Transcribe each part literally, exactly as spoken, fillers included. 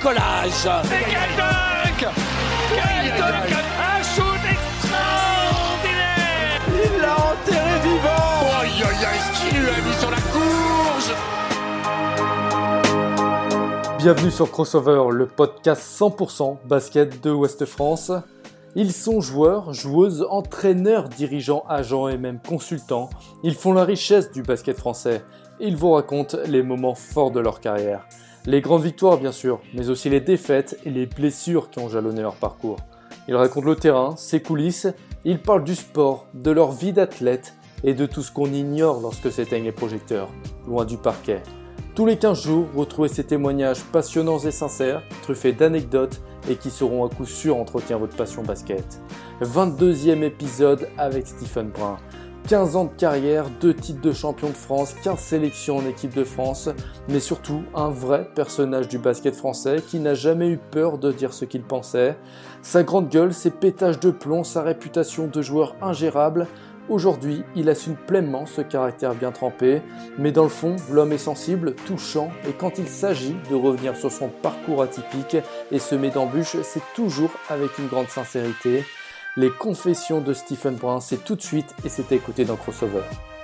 décollage. Et quel dunk! Quel dunk! Un shoot extraordinaire! Il l'a enterré vivant. Aïe aïe aïe, ce qu'il lui a mis sur la courge. Bienvenue sur Crossover, le podcast cent pour cent basket de Ouest France. Ils sont joueurs, joueuses, entraîneurs, dirigeants, agents et même consultants. Ils font la richesse du basket français. Ils vous racontent les moments forts de leur carrière. Les grandes victoires bien sûr, mais aussi les défaites et les blessures qui ont jalonné leur parcours. Ils racontent le terrain, ses coulisses, ils parlent du sport, de leur vie d'athlète et de tout ce qu'on ignore lorsque s'éteignent les projecteurs, loin du parquet. Tous les quinze jours, retrouvez ces témoignages passionnants et sincères, truffés d'anecdotes et qui seront à coup sûr entretien votre passion basket. vingt-deuxième épisode avec Stephen Brun. quinze ans de carrière, deux titres de champion de France, quinze sélections en équipe de France, mais surtout un vrai personnage du basket français qui n'a jamais eu peur de dire ce qu'il pensait. Sa grande gueule, ses pétages de plomb, sa réputation de joueur ingérable. Aujourd'hui, il assume pleinement ce caractère bien trempé, mais dans le fond, l'homme est sensible, touchant, et quand il s'agit de revenir sur son parcours atypique et semé d'embûches, c'est toujours avec une grande sincérité. Les confessions de Stephen Brun, c'est tout de suite et c'est à écouter dans Crossover.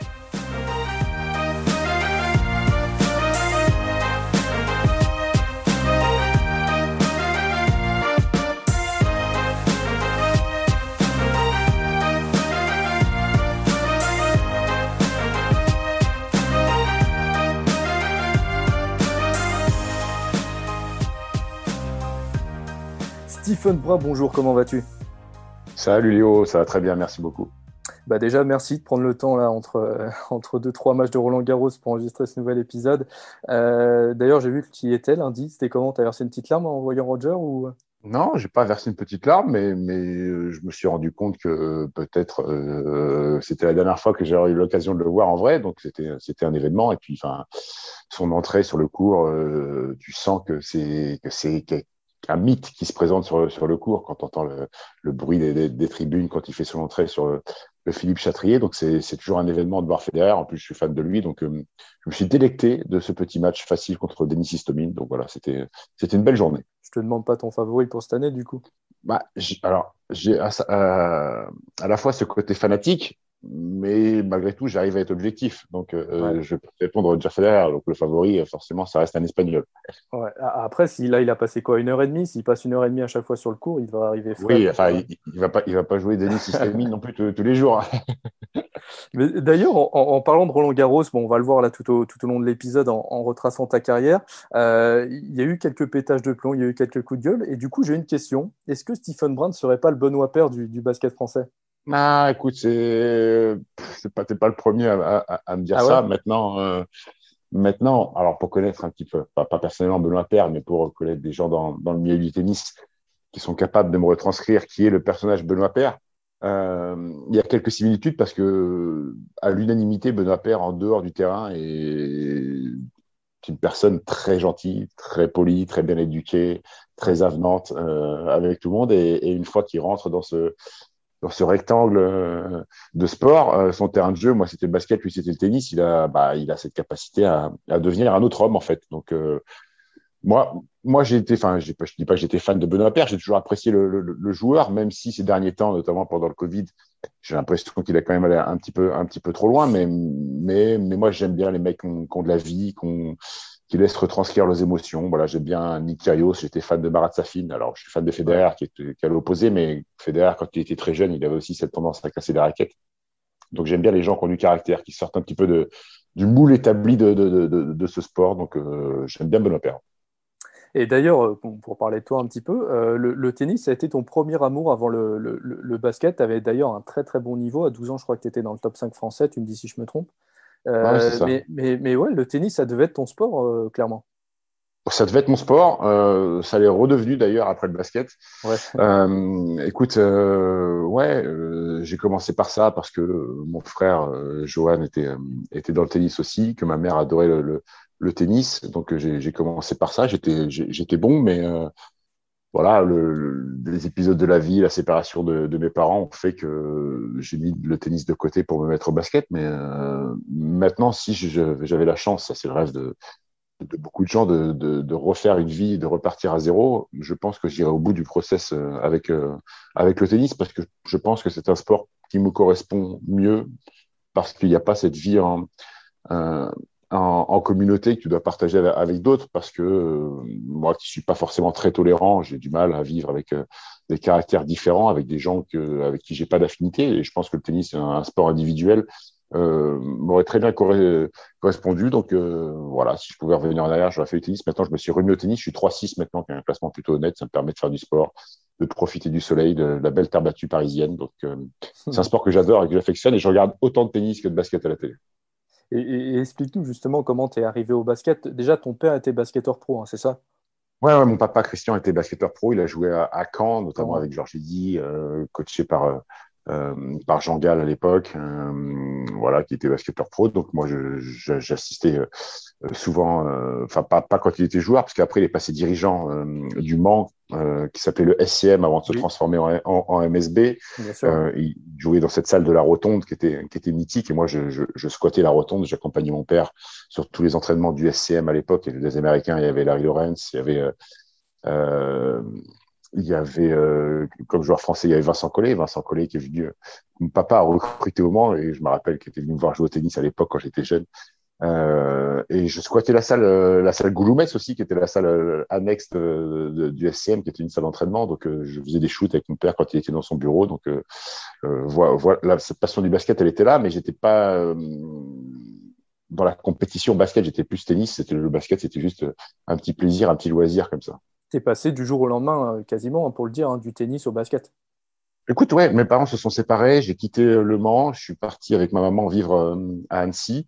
Stephen Brun, bonjour, comment vas-tu ? Salut Léo, ça va très bien, merci beaucoup. Bah déjà, merci de prendre le temps là entre, euh, entre deux trois matchs de Roland-Garros pour enregistrer ce nouvel épisode. Euh, d'ailleurs, j'ai vu que tu y étais lundi, c'était comment ? T'as versé une petite larme en voyant Roger ou... Non, j'ai pas versé une petite larme, mais, mais euh, je me suis rendu compte que euh, peut-être euh, c'était la dernière fois que j'ai eu l'occasion de le voir en vrai, donc c'était, c'était un événement. Et puis, enfin, son entrée sur le court, euh, tu sens que c'est, que c'est un mythe qui se présente sur, sur le court quand tu entends le, le bruit des, des, des tribunes quand il fait son entrée sur le, le Philippe Chatrier. Donc, c'est, c'est toujours un événement de voir Federer. En plus, je suis fan de lui. Donc, euh, je me suis délecté de ce petit match facile contre Denis Istomin. Donc, voilà, c'était, c'était une belle journée. Je te demande pas ton favori pour cette année, du coup. Bah, j'ai, alors, j'ai à, à, à la fois ce côté fanatique, mais malgré tout, j'arrive à être objectif. Donc, euh, ouais. je peux répondre Roger Federer. Donc, le favori, forcément, ça reste un Espagnol. Ouais. Après, si là, il a passé quoi, une heure et demie, s'il passe une heure et demie à chaque fois sur le court, il va arriver frais. Oui, enfin, il, il va pas, il va pas jouer Denis Istomin non plus tous, tous les jours. Mais d'ailleurs, en, en parlant de Roland-Garros, bon, on va le voir là tout au, tout au long de l'épisode en, en retraçant ta carrière. Euh, il y a eu quelques pétages de plomb, il y a eu quelques coups de gueule. Et du coup, j'ai une question. Est-ce que Stephen Brun ne serait pas le Benoît Paire du, du basket français ? Ah, écoute, c'est, c'est pas, t'es pas le premier à, à, à me dire ah ça. Ouais. Maintenant, euh, maintenant, alors pour connaître un petit peu, pas, pas personnellement Benoît Paire, mais pour connaître des gens dans, dans le milieu du tennis qui sont capables de me retranscrire qui est le personnage Benoît Paire. Euh, il y a quelques similitudes parce que, à l'unanimité, Benoît Paire, en dehors du terrain, est une personne très gentille, très polie, très bien éduquée, très avenante euh, avec tout le monde. Et, et une fois qu'il rentre dans ce dans ce rectangle de sport, euh, son terrain de jeu, moi c'était le basket, lui c'était le tennis, il a, bah, il a cette capacité à, à devenir un autre homme en fait. Donc euh, moi, moi j'ai été, enfin je ne dis pas que j'étais fan de Benoît Paire, j'ai toujours apprécié le, le, le joueur, même si ces derniers temps, notamment pendant le Covid, j'ai l'impression qu'il a quand même allé un petit peu, un petit peu trop loin, mais, mais, mais moi j'aime bien les mecs qui ont, qui ont de la vie, qui ont, qui laisse retranscrire leurs émotions. Voilà, j'aime bien Nick Kyrgios, j'étais fan de Marat Safin. Alors, je suis fan de Federer, qui est, qui est à l'opposé, mais Federer, quand il était très jeune, il avait aussi cette tendance à casser des raquettes. Donc, j'aime bien les gens qui ont du caractère, qui sortent un petit peu de, du moule établi de, de, de, de, de ce sport. Donc, euh, j'aime bien Benoît Paire. Et d'ailleurs, pour parler de toi un petit peu, euh, le, le tennis, ça a été ton premier amour avant le, le, le basket. Tu avais d'ailleurs un très, très bon niveau. À douze ans, je crois que tu étais dans le top cinq français. Tu me dis si je me trompe. Euh, ouais, mais, mais, mais ouais, le tennis, ça devait être ton sport, euh, clairement. Ça devait être mon sport. Euh, ça l'est redevenu d'ailleurs après le basket. Ouais. Euh, écoute, euh, ouais, euh, j'ai commencé par ça parce que mon frère euh, Johan était était dans le tennis aussi, que ma mère adorait le, le, le tennis. Donc j'ai, j'ai commencé par ça. J'étais j'étais bon, mais euh, voilà, le, le, les épisodes de la vie, la séparation de, de mes parents ont fait que j'ai mis le tennis de côté pour me mettre au basket. Mais euh, maintenant, si je, j'avais la chance, ça c'est le rêve de de beaucoup de gens de, de, de refaire une vie, de repartir à zéro, je pense que j'irai au bout du process euh, avec, euh, avec le tennis parce que je pense que c'est un sport qui me correspond mieux parce qu'il n'y a pas cette vie en, en, en communauté que tu dois partager avec d'autres parce que euh, moi qui ne suis pas forcément très tolérant, j'ai du mal à vivre avec euh, des caractères différents, avec des gens que, avec qui je n'ai pas d'affinité et je pense que le tennis est un, un sport individuel Euh, m'aurait très bien corre- correspondu. Donc euh, voilà, si je pouvais revenir en arrière, j'aurais fait du tennis. Maintenant, je me suis remis au tennis. Je suis trois six maintenant, qui est un classement plutôt honnête. Ça me permet de faire du sport, de profiter du soleil, de, de la belle terre battue parisienne. Donc euh, c'est un sport que j'adore et que j'affectionne. Et je regarde autant de tennis que de basket à la télé. Et, et- et explique-nous justement comment tu es arrivé au basket. Déjà, ton père était basketteur pro, hein, c'est ça? Ouais, ouais, mon papa Christian était basketteur pro. Il a joué à, à Caen, notamment Quand- avec Georges Eddy, euh, coaché par, euh, euh, par Jean Gall à l'époque, euh, voilà, qui était basketteur pro. Donc moi, je, je- j'assistais euh, souvent, euh, enfin pas, pas quand il était joueur, parce qu'après il est passé dirigeant euh, du Mans, euh, qui s'appelait le S C M avant de se Oui, transformer en, en, en M S B. bien sûr. Euh, il jouait dans cette salle de la Rotonde qui était, qui était mythique. Et moi, je, je, je squattais la Rotonde. J'accompagnais mon père sur tous les entraînements du S C M à l'époque. Et les Américains, il y avait Larry Lawrence, il y avait, euh, euh, il y avait euh, comme joueur français, il y avait Vincent Collet. Vincent Collet qui est venu, euh, mon papa a recruté au Mans et je me rappelle qu'il était venu me voir jouer au tennis à l'époque quand j'étais jeune. Euh, et je squattais la salle, euh, la salle Gouloumès aussi, qui était la salle euh, annexe de, de, du S C M, qui était une salle d'entraînement. Donc, euh, je faisais des shoots avec mon père quand il était dans son bureau. Donc, euh, euh, voilà, voilà, cette passion du basket, elle était là, mais j'étais pas euh, dans la compétition basket. J'étais plus tennis. C'était le basket, c'était juste un petit plaisir, un petit loisir comme ça. Tu es passé du jour au lendemain, euh, quasiment, hein, pour le dire, hein, du tennis au basket. Écoute, ouais, mes parents se sont séparés. J'ai quitté Le Mans. Je suis parti avec ma maman vivre euh, à Annecy.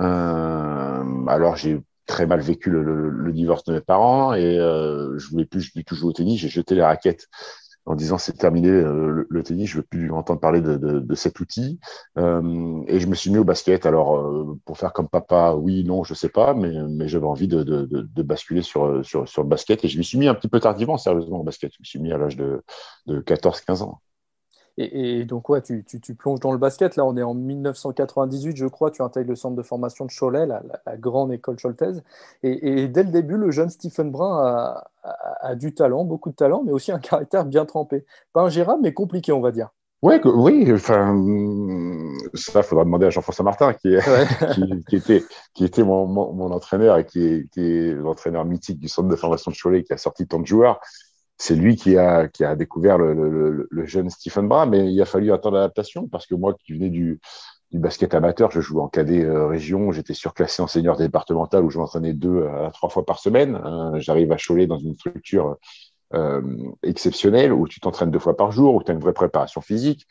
Euh, alors, j'ai très mal vécu le, le, le divorce de mes parents et euh, je voulais plus du tout jouer au tennis. J'ai jeté les raquettes en disant c'est terminé euh, le, le tennis. Je veux plus entendre parler de, de, de cet outil. Euh, et je me suis mis au basket. Alors, euh, pour faire comme papa, oui, non, je sais pas, mais, mais j'avais envie de, de, de, de basculer sur, sur, sur le basket et je m'y suis mis un petit peu tardivement, sérieusement, au basket. Je me suis mis à l'âge de, de quatorze quinze ans. Et, et donc, ouais, tu, tu, tu plonges dans le basket. Là, on est en mille neuf cent quatre-vingt-dix-huit, je crois. Tu intègres le centre de formation de Cholet, la, la- la grande école choltaise. Et, et dès le début, le jeune Stephen Brun a, a- a du talent, beaucoup de talent, mais aussi un caractère bien trempé. Pas ingérable, mais compliqué, on va dire. Ouais, que- oui, enfin, hum, ça, faudra demander à Jean-François Martin, qui, est, Ouais. qui, qui était, qui était mon, mon, mon entraîneur et qui est, qui est l'entraîneur mythique du centre de formation de Cholet, qui a sorti tant de joueurs. C'est lui qui a, qui a découvert le, le, le, le jeune Stephen Brun, mais il a fallu attendre l'adaptation parce que moi, qui venais du, du basket amateur, je jouais en cadet euh, région, j'étais surclassé en senior départemental où je m'entraînais deux à trois fois par semaine. Euh, j'arrive à Cholet dans une structure euh, exceptionnelle où tu t'entraînes deux fois par jour, où tu as une vraie préparation physique,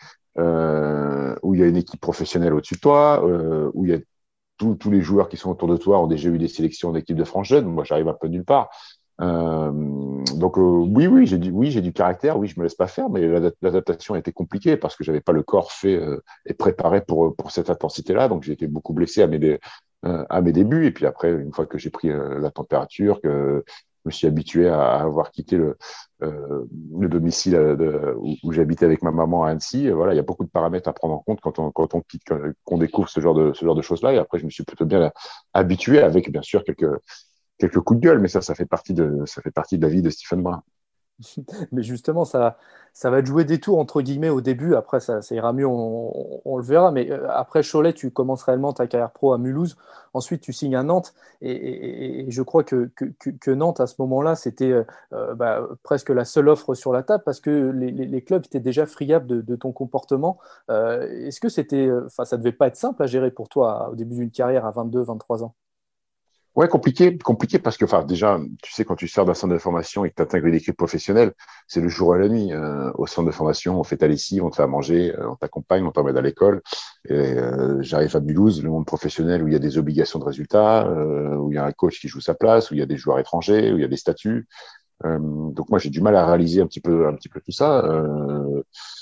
euh, où il y a une équipe professionnelle au-dessus de toi, euh, où il y a tous tous les joueurs qui sont autour de toi ont déjà eu des sélections d'équipe de France jeune. Moi, j'arrive un peu nulle part. Euh, donc euh, oui, oui, j'ai du, oui, j'ai du caractère, oui, je me laisse pas faire, mais l'adap- l'adaptation a été compliquée parce que j'avais pas le corps fait euh, et préparé pour pour cette intensité-là. Donc j'ai été beaucoup blessé à mes dé- euh, à mes débuts et puis après, une fois que j'ai pris euh, la température, que je me suis habitué à, à avoir quitté le euh, le domicile euh, de, où, où j'habitais avec ma maman à Annecy. Euh, Voilà, il y a beaucoup de paramètres à prendre en compte quand on quand on quitte, qu'on découvre ce genre de ce genre de choses-là. Et après, je me suis plutôt bien habitué avec bien sûr quelques quelques coups de gueule, mais ça, ça fait partie de, ça fait partie de la vie de Stephen Brun. Mais justement, ça, ça va te jouer des tours, entre guillemets, au début. Après, ça, ça ira mieux, on, on- on le verra. Mais euh, après Cholet, tu commences réellement ta carrière pro à Mulhouse. Ensuite, tu signes à Nantes. Et, et- et je crois que, que, que- que Nantes, à ce moment-là, c'était euh, euh, bah, presque la seule offre sur la table parce que les, les- les clubs étaient déjà friables de, de ton comportement. Euh, est-ce que c'était, euh, enfin, ça devait pas être simple à gérer pour toi au début d'une carrière à vingt-deux, vingt-trois ans? Ouais, compliqué, compliqué parce que, enfin, déjà, tu sais, quand tu sors d'un centre de formation et que tu intègres une équipe professionnelle, c'est le jour et la nuit. Euh, au centre de formation, on fait ta lessive, on te fait à manger, euh, on t'accompagne, on t'emmène à l'école. Et euh, j'arrive à Mulhouse, le monde professionnel où il y a des obligations de résultats, euh, où il y a un coach qui joue sa place, où il y a des joueurs étrangers, où il y a des statuts. Euh, donc moi, j'ai du mal à réaliser un petit peu, un petit peu tout ça. Euh,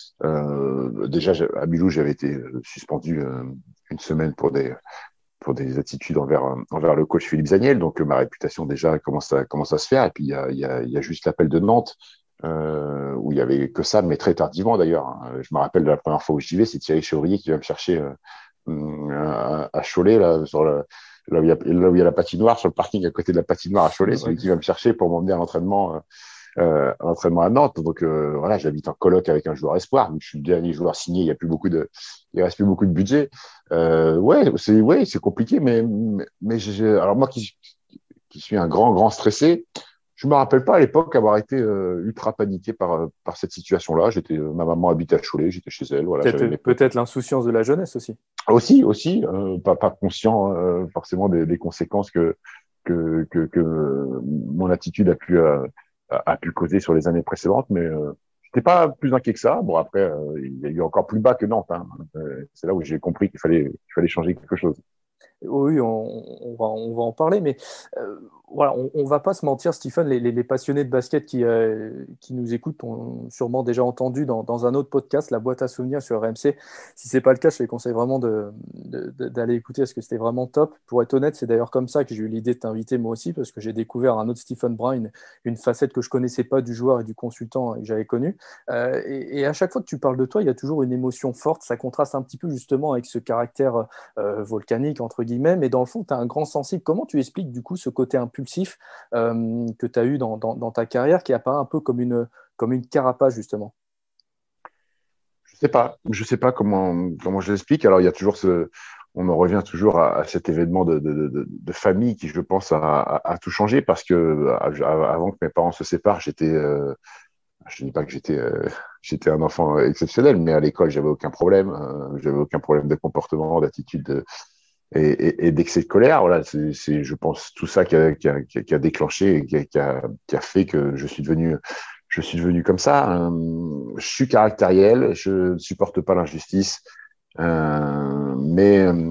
euh, déjà, j'ai- à Mulhouse, j'avais été euh, suspendu euh, une semaine pour des pour des attitudes envers, envers le coach Philippe Zaniel. Donc, euh, ma réputation, déjà, commence à, commence à se faire. Et puis, il y a, il y a, il y a juste l'appel de Nantes, euh, où il y avait que ça, mais très tardivement, d'ailleurs. Je me rappelle de la première fois où j'y vais, c'est Thierry Chevrier qui va me chercher euh, un, à Cholet, là, sur le, là, où il y a, là où il y a la patinoire, sur le parking à côté de la patinoire à Cholet. C'est lui qui va me chercher pour m'emmener à l'entraînement, euh, à l'entraînement à Nantes. Donc euh, voilà, j'habite en coloc avec un joueur espoir. Donc, je suis le dernier joueur signé. Il y a plus beaucoup de, il reste plus beaucoup de budget. Euh, ouais, c'est ouais, c'est compliqué, mais mais, mais j'ai, alors moi qui qui suis un grand grand stressé. Je me rappelle pas à l'époque avoir été euh, ultra paniqué par par cette situation-là. J'étais, euh, ma maman habitait à Cholet, j'étais chez elle. Voilà, peut-être, mes... peut-être l'insouciance de la jeunesse aussi. Aussi, aussi, euh, pas pas conscient euh, forcément des, des conséquences que que que, que mon attitude a pu euh, a pu causer sur les années précédentes, mais euh, j'étais pas plus inquiet que ça. Bon après, euh, il y a eu encore plus bas que Nantes. Hein. Euh, c'est là où j'ai compris qu'il fallait qu'il fallait changer quelque chose. Oui, on, on, va, on va en parler, mais euh, voilà, on ne va pas se mentir, Stephen, les, les, les passionnés de basket qui, euh, qui nous écoutent ont sûrement déjà entendu dans, dans un autre podcast, La Boîte à Souvenirs sur R M C. Si ce n'est pas le cas, je les conseille vraiment de, de, de, d'aller écouter parce que c'était vraiment top. Pour être honnête, c'est d'ailleurs comme ça que j'ai eu l'idée de t'inviter moi aussi, parce que j'ai découvert un autre Stephen Brun, une, une facette que je ne connaissais pas du joueur et du consultant que j'avais connu. Euh, et, et à chaque fois que tu parles de toi, il y a toujours une émotion forte, ça contraste un petit peu justement avec ce caractère euh, volcanique, entre guillemets. Mais dans le fond, tu es un grand sensible. Comment tu expliques du coup ce côté impulsif euh, que tu as eu dans, dans, dans ta carrière qui apparaît un peu comme une, comme une carapace justement? Je sais pas. Je sais pas comment, comment je l'explique. Alors, il y a toujours ce... On en revient toujours à, à cet événement de, de, de, de famille qui, je pense, a, a, a tout changé parce que avant que mes parents se séparent, j'étais... Euh... Je ne dis pas que j'étais euh, j'étais un enfant exceptionnel, mais à l'école, j'avais aucun problème. Euh, j'avais aucun problème de comportement, d'attitude, de... et, et, et d'excès de colère. Voilà, c'est, c'est, je pense, tout ça qui a, qui a, qui a déclenché et qui a, qui, a, qui a fait que je suis devenu, je suis devenu comme ça. Euh, je suis caractériel, je ne supporte pas l'injustice, euh, mais euh,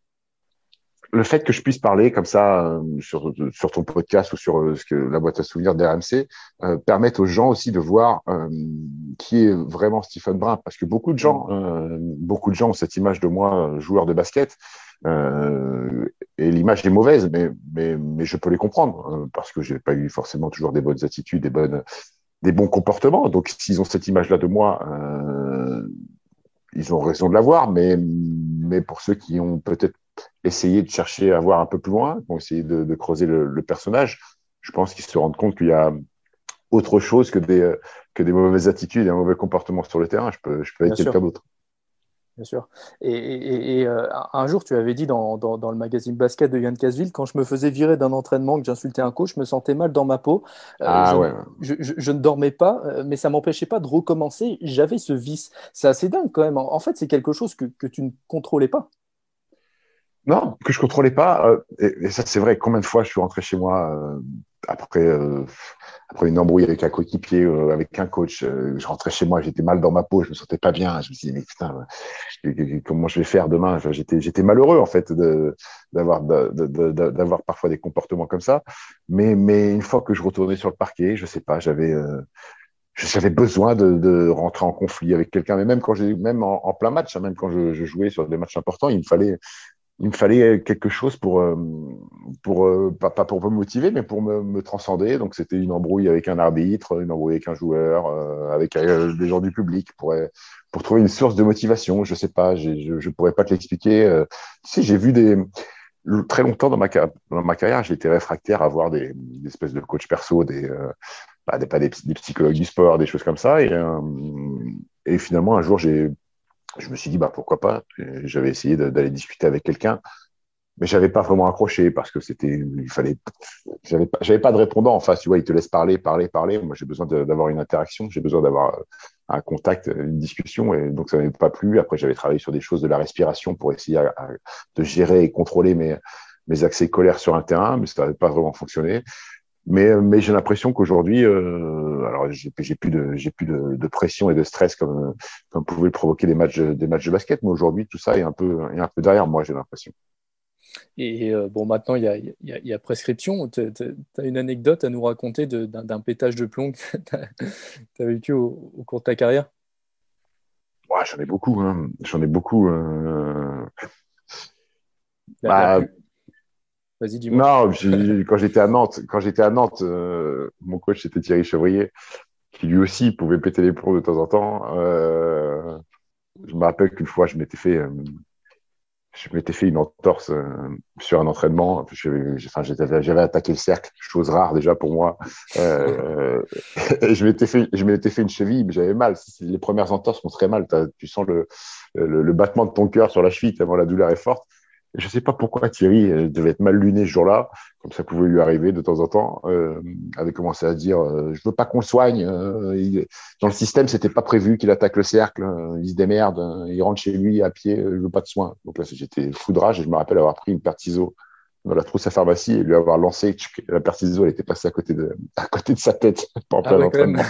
le fait que je puisse parler comme ça euh, sur, sur ton podcast ou sur euh, ce que la boîte à souvenirs d'R M C euh, permettent aux gens aussi de voir euh, qui est vraiment Stephen Brun, parce que beaucoup de gens, euh, beaucoup de gens ont cette image de moi joueur de basket. Euh, et l'image est mauvaise, mais, mais, mais je peux les comprendre euh, parce que j'ai pas eu forcément toujours des bonnes attitudes, des, bonnes, des bons comportements. Donc, s'ils ont cette image-là de moi, euh, ils ont raison de l'avoir. Mais, mais pour ceux qui ont peut-être essayé de chercher à voir un peu plus loin, qui ont essayé de, de creuser le, le personnage, je pense qu'ils se rendent compte qu'il y a autre chose que des, que des mauvaises attitudes et un mauvais comportement sur le terrain. Je peux, je peux être quelqu'un d'autre. Bien sûr. Et, et, et euh, un jour, tu avais dit dans, dans, dans le magazine basket de Yann Casville, quand je me faisais virer d'un entraînement, que j'insultais un coach, je me sentais mal dans ma peau. Euh, ah, je, ouais. je, je, je ne dormais pas, mais ça ne m'empêchait pas de recommencer. J'avais ce vice. C'est assez dingue quand même. En fait, c'est quelque chose que, que tu ne contrôlais pas. Non, que je contrôlais pas. Euh, et, et ça, c'est vrai. Combien de fois je suis rentré chez moi euh, après, euh, après une embrouille avec un coéquipier, euh, avec un coach. Euh, je rentrais chez moi, j'étais mal dans ma peau, je me sentais pas bien. Je me disais, mais putain, euh, comment je vais faire demain? Enfin, j'étais, j'étais malheureux en fait de, d'avoir, de, de, de, d'avoir parfois des comportements comme ça. Mais, mais une fois que je retournais sur le parquet, je sais pas, j'avais euh, j'avais besoin de, de rentrer en conflit avec quelqu'un. Mais même quand j'ai, même en, en plein match, hein, même quand je, je jouais sur des matchs importants, il me fallait Il me fallait quelque chose pour, pour pas, pas pour me motiver, mais pour me, me transcender. Donc, c'était une embrouille avec un arbitre, une embrouille avec un joueur, euh, avec euh, des gens du public pour, pour trouver une source de motivation. Je sais pas, j'ai, je je pourrais pas te l'expliquer. Euh, tu sais, j'ai vu des très longtemps dans ma, dans ma carrière, j'ai été réfractaire à voir des, des espèces de coachs perso, des, euh, pas, des, pas des, des psychologues du sport, des choses comme ça. Et, euh, et finalement, un jour, j'ai je me suis dit, bah, pourquoi pas. J'avais essayé de, d'aller discuter avec quelqu'un, mais j'avais pas vraiment accroché parce que c'était, il fallait, j'avais pas, j'avais pas de répondant en face. Tu vois, il te laisse parler, parler, parler. Moi, j'ai besoin de, d'avoir une interaction, j'ai besoin d'avoir un contact, une discussion, et donc ça m'avait pas plu. Après, j'avais travaillé sur des choses de la respiration pour essayer à, à, de gérer et contrôler mes, mes accès de colère sur un terrain, mais ça n'avait pas vraiment fonctionné. Mais, mais j'ai l'impression qu'aujourd'hui, euh, alors j'ai, j'ai plus de, j'ai plus de, de pression et de stress comme, comme pouvaient le provoquer des matchs, des matchs de basket. Mais aujourd'hui, tout ça est un peu, est un peu derrière moi, j'ai l'impression. Et euh, bon, maintenant, il y a, y, a, y a prescription. Tu as une anecdote à nous raconter de, d'un, d'un pétage de plomb que tu as vécu au, au cours de ta carrière? Ouais, j'en ai beaucoup. Hein. J'en ai beaucoup. Euh... La, bah, la Vas-y, dis-moi. Non, j'ai, quand j'étais à Nantes, quand j'étais à Nantes, euh, mon coach c'était Thierry Chevrier, qui lui aussi pouvait péter les plombs de temps en temps. Euh, je me rappelle qu'une fois, je m'étais fait, euh, je m'étais fait une entorse euh, sur un entraînement. Je, je, enfin, j'avais, j'avais attaqué le cercle, chose rare déjà pour moi. Euh, et je m'étais fait, je m'étais fait une cheville, mais j'avais mal. Les premières entorses font très mal. T'as, tu sens le, le, le battement de ton cœur sur la cheville tellement la douleur est forte. Je ne sais pas pourquoi Thierry euh, devait être mal luné ce jour-là, comme ça pouvait lui arriver de temps en temps, euh, avait commencé à dire euh, je veux pas qu'on le soigne. Euh, il, dans le système, c'était pas prévu qu'il attaque le cercle, euh, il se démerde, euh, il rentre chez lui à pied, euh, je veux pas de soins. Donc là, j'étais fou de rage et je me rappelle avoir pris une paire de ciseaux dans la trousse à pharmacie et lui avoir lancé. La paire de ciseaux, elle était passée à côté de, à côté de sa tête en plein Ah ouais, entraînement.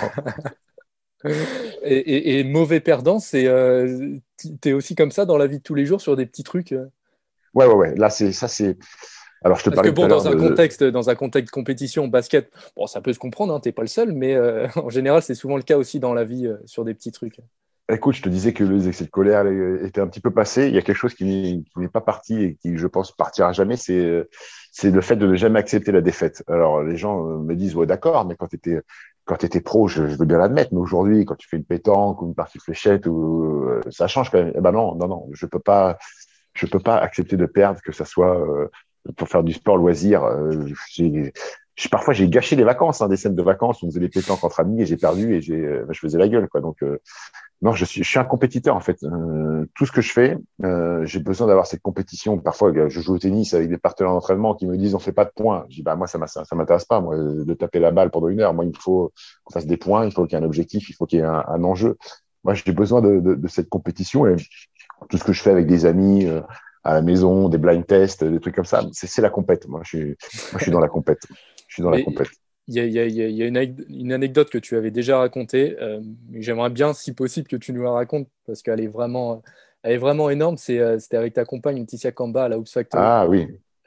et, et, et mauvais perdant, c'est euh, t'es aussi comme ça dans la vie de tous les jours sur des petits trucs. Euh... Ouais, ouais, ouais. Là, c'est ça, c'est. Alors, je te Parce parlais que bon, tout à l'heure dans un de... contexte, dans un contexte compétition, basket, bon, ça peut se comprendre, hein, t'es pas le seul, mais euh, en général, c'est souvent le cas aussi dans la vie euh, sur des petits trucs. Écoute, je te disais que les excès de colère étaient un petit peu passés. Il y a quelque chose qui n'est, qui n'est pas parti et qui, je pense, partira jamais. C'est, c'est le fait de ne jamais accepter la défaite. Alors, les gens me disent, ouais, d'accord, mais quand tu étais, quand tu étais pro, je, je veux bien l'admettre. Mais aujourd'hui, quand tu fais une pétanque ou une partie de fléchette, ou, euh, ça change quand même. Eh ben non, non, non, je peux pas, je peux pas accepter de perdre, que ça soit euh, pour faire du sport loisir. Euh, j'ai, je, parfois, j'ai gâché des vacances, hein, des scènes de vacances où on faisait des pétanques entre amis et j'ai perdu et j'ai, euh, je faisais la gueule, quoi. Donc, euh, non, je suis, je suis un compétiteur en fait. Euh, tout ce que je fais, euh, j'ai besoin d'avoir cette compétition. Parfois, je joue au tennis avec des partenaires d'entraînement qui me disent on fait pas de points. Je dis bah moi ça ça m'intéresse pas moi de taper la balle pendant une heure. Moi il faut qu'on fasse des points, il faut qu'il y ait un objectif, il faut qu'il y ait un, un enjeu. Moi j'ai besoin de, de, de cette compétition et tout ce que je fais avec des amis euh, à la maison, des blind tests, des trucs comme ça, c'est, c'est la compète. Moi je suis, moi je suis dans la compète. Je suis dans Mais... la compète. Il y a, il y a, il y a une, une anecdote que tu avais déjà racontée, euh, mais j'aimerais bien, si possible, que tu nous la racontes parce qu'elle est vraiment, elle est vraiment énorme. C'est, euh, c'était avec ta compagne Laetitia Kamba à la Hoops Factory. Ah oui.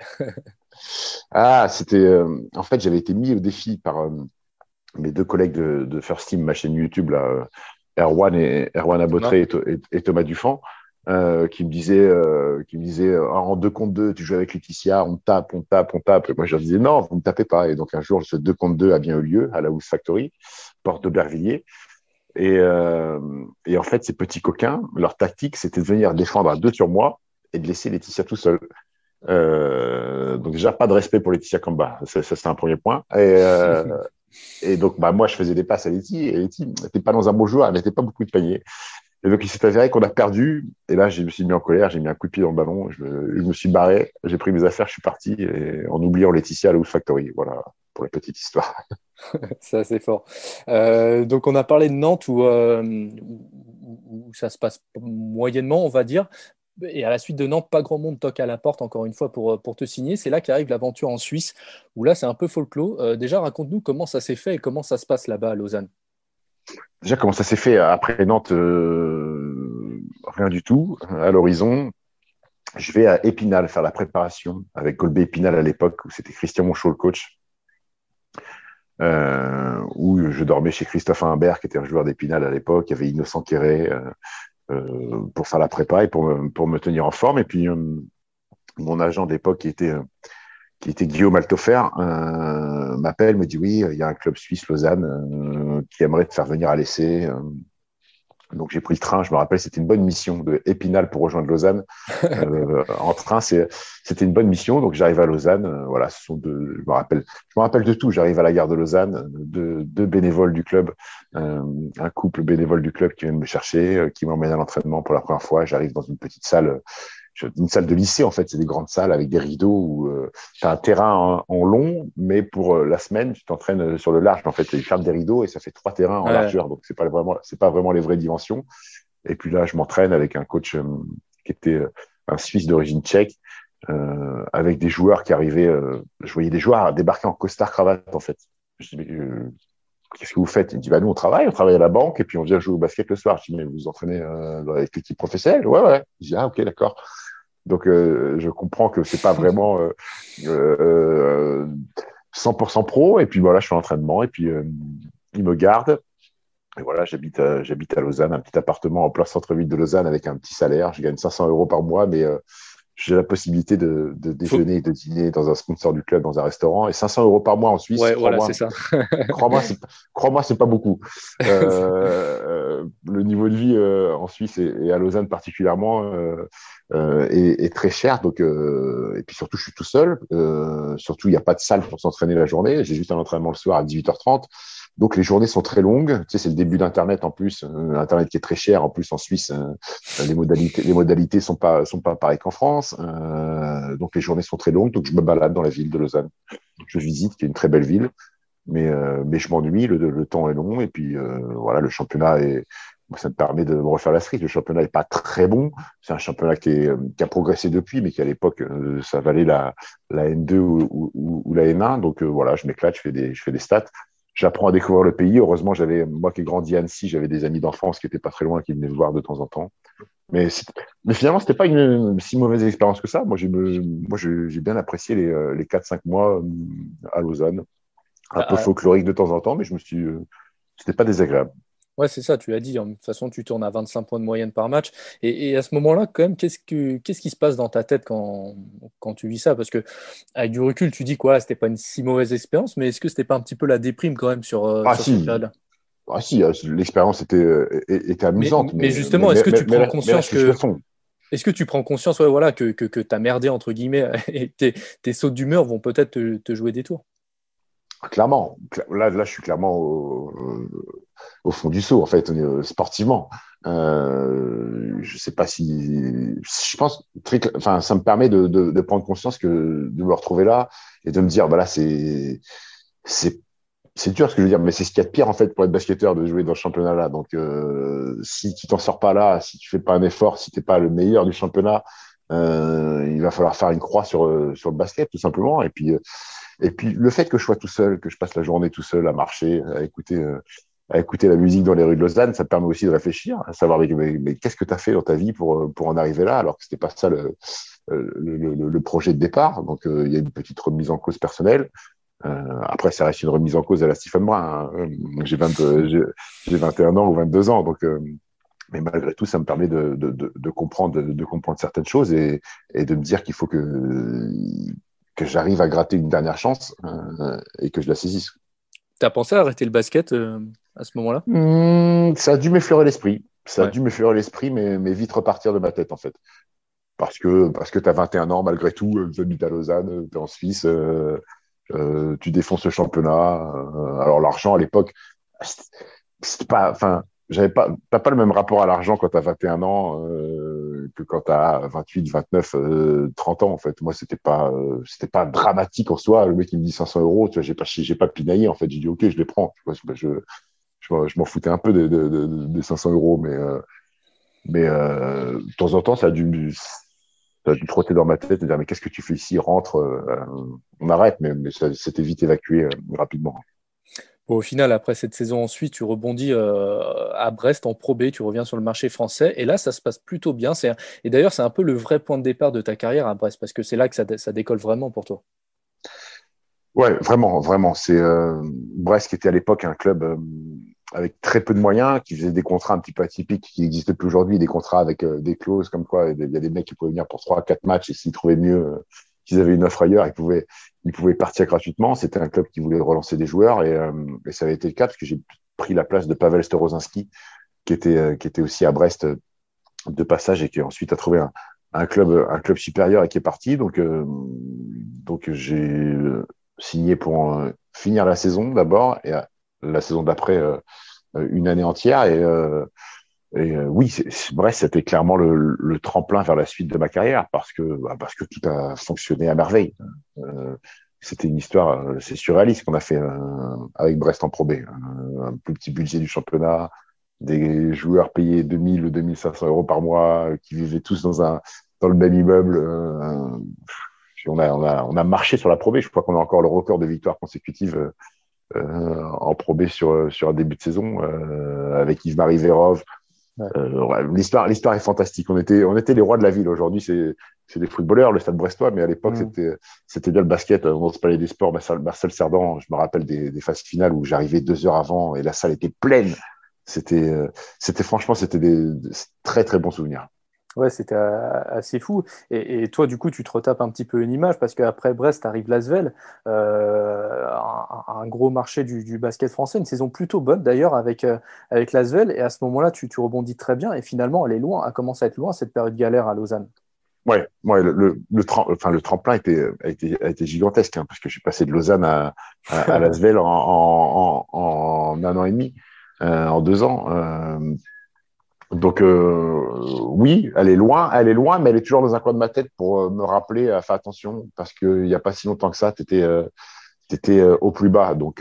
ah, c'était. Euh, en fait, j'avais été mis au défi par euh, mes deux collègues de, de First Team, ma chaîne YouTube, là, Erwan et Erwan Abotré et, et, et Thomas Dufan. Euh, qui me disait, euh, qui me disait euh, en deux contre deux, tu joues avec Laetitia, on tape, on tape, on tape. Et moi, je leur disais non, vous ne tapez pas. Et donc, un jour, ce deux contre deux a bien eu lieu à la Hoops Factory, porte d'Aubervilliers. Et, euh, et en fait, ces petits coquins, leur tactique, c'était de venir défendre à deux sur moi et de laisser Laetitia tout seul. Euh, donc, déjà, pas de respect pour Laetitia Kamba. Ça, ça c'est un premier point. Et, euh, et donc, bah, moi, je faisais des passes à Laetitia. Et Laetitia n'était pas dans un bon joueur, elle n'était pas beaucoup de panier. Et donc, il s'est avéré qu'on a perdu. Et là, je me suis mis en colère, j'ai mis un coup de pied dans le ballon, je me, je me suis barré, j'ai pris mes affaires, je suis parti, et en oubliant Laetitia à la Hoops Factory. Voilà, pour la petite histoire. Ça, c'est fort. Euh, donc, on a parlé de Nantes où, euh, où, où ça se passe moyennement, on va dire. Et à la suite de Nantes, pas grand monde toque à la porte, encore une fois, pour, pour te signer. C'est là qu'arrive l'aventure en Suisse, où là, c'est un peu folklore. Euh, déjà, raconte-nous comment ça s'est fait et comment ça se passe là-bas à Lausanne. Déjà, comment ça s'est fait après Nantes euh, rien du tout. À l'horizon, je vais à Épinal faire la préparation avec Golbet Épinal à l'époque, où c'était Christian Monchot le coach, euh, où je dormais chez Christophe Imbert, qui était un joueur d'Épinal à l'époque. Il y avait Innocent Quéré euh, euh, pour faire la prépa et pour me, pour me tenir en forme. Et puis, euh, mon agent d'époque, qui était... Euh, qui était Guillaume Altofer, euh, m'appelle, me dit oui, il y a un club suisse, Lausanne, euh, qui aimerait te faire venir à l'essai. Euh, donc j'ai pris le train, je me rappelle, c'était une bonne mission de Épinal pour rejoindre Lausanne. Euh, en train, c'est, c'était une bonne mission, donc j'arrive à Lausanne. Euh, voilà, ce sont deux, je me rappelle, je me rappelle de tout. J'arrive à la gare de Lausanne, deux, deux bénévoles du club, euh, un couple bénévole du club qui vient me chercher, euh, qui m'emmène à l'entraînement pour la première fois. J'arrive dans une petite salle. Une salle de lycée, en fait, c'est des grandes salles avec des rideaux où euh, tu as un terrain en, en long, mais pour euh, la semaine, tu t'entraînes sur le large. En fait, ils ferment des rideaux et ça fait trois terrains en ouais. largeur, donc c'est pas vraiment, c'est pas vraiment les vraies dimensions. Et puis là, je m'entraîne avec un coach euh, qui était euh, un Suisse d'origine tchèque, euh, avec des joueurs qui arrivaient. Euh, je voyais des joueurs débarquer en costard cravate, en fait. Je dis, mais, euh, qu'est-ce que vous faites? Il dit, bah, nous, on travaille, on travaille à la banque et puis on vient jouer au basket le soir. Je dis, mais vous vous entraînez euh, avec l'équipe professionnelle? Ouais, ouais. Je dis, ah, ok, d'accord. Donc, euh, je comprends que c'est pas vraiment euh, euh, cent pour cent pro. Et puis, voilà, je suis en entraînement et puis euh, il me garde. Et voilà, j'habite à, j'habite à Lausanne, un petit appartement en plein centre-ville de Lausanne avec un petit salaire. Je gagne cinq cents euros par mois, mais euh, j'ai la possibilité de, de déjeuner et de dîner dans un sponsor du club, dans un restaurant, et cinq cents euros par mois en Suisse. Ouais, voilà, crois-moi, c'est ça. crois-moi, c'est, crois-moi, c'est pas beaucoup. Euh, le niveau de vie euh, en Suisse et, et à Lausanne particulièrement euh, euh, est, est très cher. Donc, euh, et puis surtout, je suis tout seul. Euh, surtout, il n'y a pas de salle pour s'entraîner la journée. J'ai juste un entraînement le soir à dix-huit heures trente. Donc les journées sont très longues. Tu sais, c'est le début d'Internet en plus, euh, Internet qui est très cher. En plus, en Suisse, euh, les modalités, les modalités sont pas sont pas pareilles qu'en France. Euh, donc les journées sont très longues. Donc je me balade dans la ville de Lausanne. Je visite, qui est une très belle ville, mais euh, mais je m'ennuie. Le, le temps est long et puis euh, voilà, le championnat est ça me permet de me refaire la cerise. Le championnat est pas très bon. C'est un championnat qui, est, qui a progressé depuis, mais qui à l'époque, euh, ça valait la, la N deux ou, ou, ou la N un. Donc euh, voilà, je m'éclate, je fais des, je fais des stats. J'apprends à découvrir le pays. Heureusement, j'avais, moi qui ai grandi à Annecy, j'avais des amis d'enfance qui étaient pas très loin, qui venaient me voir de temps en temps. Mais, mais finalement, c'était pas une, une si mauvaise expérience que ça. Moi, j'ai, moi, j'ai bien apprécié les, les quatre cinq mois à Lausanne. Un ah, peu folklorique de temps en temps, mais je me suis, c'était pas désagréable. Ouais, c'est ça, tu l'as dit. De toute façon, tu tournes à vingt-cinq points de moyenne par match. Et, et à ce moment-là, quand même, qu'est-ce, que, qu'est-ce qui se passe dans ta tête quand, quand tu vis ça? Parce que avec du recul, tu dis que voilà, c'était pas une si mauvaise expérience, mais est-ce que c'était pas un petit peu la déprime quand même sur, ah, sur si. cette période-là? Ah si, l'expérience était, était amusante. Mais, mais, mais justement, mais, est-ce que mais, tu mais, prends conscience que... Est-ce que tu prends conscience ouais, voilà, que, que, que tu as merdé, entre guillemets, et tes, tes sautes d'humeur vont peut-être te, te jouer des tours? Clairement. Là, là, je suis clairement au, au fond du seau, en fait, sportivement. Euh, je sais pas si... Je pense... Très, enfin, ça me permet de, de, de prendre conscience que de me retrouver là et de me dire, bah là, c'est... c'est c'est dur ce que je veux dire, mais c'est ce qu'il y a de pire en fait pour être basketteur de jouer dans ce championnat-là. Donc, euh, si tu t'en sors pas là, si tu fais pas un effort, si t'es pas le meilleur du championnat, euh, il va falloir faire une croix sur sur le basket tout simplement. Et puis euh, et puis le fait que je sois tout seul, que je passe la journée tout seul à marcher, à écouter euh, à écouter la musique dans les rues de Lausanne, ça te permet aussi de réfléchir, à savoir mais, mais, mais qu'est-ce que tu as fait dans ta vie pour pour en arriver là, alors que c'était pas ça le le, le, le projet de départ. Donc, il euh, y a une petite remise en cause personnelle. Euh, après, ça reste une remise en cause à la Stephen Brun. Hein. J'ai, vingt, j'ai, j'ai vingt et un ans ou vingt-deux ans, donc, euh, mais malgré tout, ça me permet de, de, de, de comprendre, de, de comprendre certaines choses et, et de me dire qu'il faut que, que j'arrive à gratter une dernière chance euh, et que je la saisisse. Tu as pensé à arrêter le basket euh, à ce moment-là? mmh, Ça a dû m'effleurer l'esprit. Ça ouais. a dû m'effleurer l'esprit, mais, mais vite repartir de ma tête, en fait. Parce que, parce que tu as vingt et un ans, malgré tout, tu habites à Lausanne, tu es en Suisse. Euh, Euh, tu défonces le championnat. Euh, alors l'argent à l'époque, c'était pas, enfin, j'avais pas, t'as pas le même rapport à l'argent quand t'as vingt et un ans euh, que quand t'as vingt-huit, vingt-neuf, euh, trente ans en fait. Moi c'était pas, euh, c'était pas dramatique en soi. Le mec il me dit cinq cents euros, tu vois, j'ai pas, j'ai pas pinaillé en fait. J'ai dit ok, je les prends. Tu vois, je, je, je m'en foutais un peu des de, de, de cinq cents euros, mais euh, mais euh, de temps en temps ça a dû Ça a dû trotter dans ma tête et dire mais qu'est-ce que tu fais ici, rentre, euh, on arrête, mais, mais ça s'était vite évacué euh, rapidement. Bon, au final, après cette saison ensuite, tu rebondis euh, à Brest en Pro B, tu reviens sur le marché français et là ça se passe plutôt bien. C'est, et d'ailleurs c'est un peu le vrai point de départ de ta carrière à Brest parce que c'est là que ça, ça décolle vraiment pour toi. Ouais, vraiment, vraiment. C'est euh, Brest qui était à l'époque un club euh, avec très peu de moyens, qui faisait des contrats un petit peu atypiques qui n'existent plus aujourd'hui, des contrats avec euh, des clauses comme quoi il y a des mecs qui pouvaient venir pour trois à quatre matchs et s'ils trouvaient mieux, euh, s'ils avaient une offre ailleurs, ils pouvaient, ils pouvaient partir gratuitement. C'était un club qui voulait relancer des joueurs et, euh, et ça avait été le cas parce que j'ai pris la place de Pavel Storozinski qui était, euh, qui était aussi à Brest euh, de passage et qui ensuite a trouvé un, un club, un club supérieur et qui est parti. Donc, euh, donc j'ai signé pour euh, finir la saison d'abord et euh, la saison d'après euh, une année entière et, euh, et euh, oui c'est, c'est, bref c'était clairement le, le tremplin vers la suite de ma carrière parce que bah, parce que tout a fonctionné à merveille. Euh, c'était une histoire, euh, c'est surréaliste qu'on a fait euh, avec Brest en Pro B, euh, un plus petit budget du championnat, des joueurs payés deux mille ou deux mille cinq cents euros par mois euh, qui vivaient tous dans un dans le même immeuble. Euh, on a on a on a marché sur la Pro B. Je crois qu'on a encore le record de victoires consécutives euh, Euh, en Pro B sur sur un début de saison euh, avec Yves-Marie Vérov. Ouais. Euh, ouais, l'histoire l'histoire est fantastique. On était on était les rois de la ville. Aujourd'hui c'est c'est des footballeurs, le Stade Brestois, mais à l'époque mmh. c'était c'était bien le basket. On se parlait des sports. Marcel, Marcel Cerdan, je me rappelle des, des phases finales où j'arrivais deux heures avant et la salle était pleine. C'était c'était franchement c'était des, des très très bons souvenirs. Ouais, c'était assez fou. Et, et toi, du coup, tu te retapes un petit peu une image parce qu'après Brest arrive l'Asvel, euh, un, un gros marché du, du basket français, une saison plutôt bonne d'ailleurs avec, euh, avec l'Asvel. Et à ce moment-là, tu, tu rebondis très bien. Et finalement, elle est loin, elle commence à être loin cette période galère à Lausanne. Ouais, ouais, le, le, le, trem- enfin, le tremplin était, a été, a été gigantesque, hein, parce que je suis passé de Lausanne à, à, à l'Asvel en, en, en, en un an et demi, euh, en deux ans. Euh, donc, euh, oui, elle est loin, elle est loin, mais elle est toujours dans un coin de ma tête pour euh, me rappeler à faire attention, parce qu'il n'y a pas si longtemps que ça, tu étais euh, t'étais, euh, au plus bas. Donc,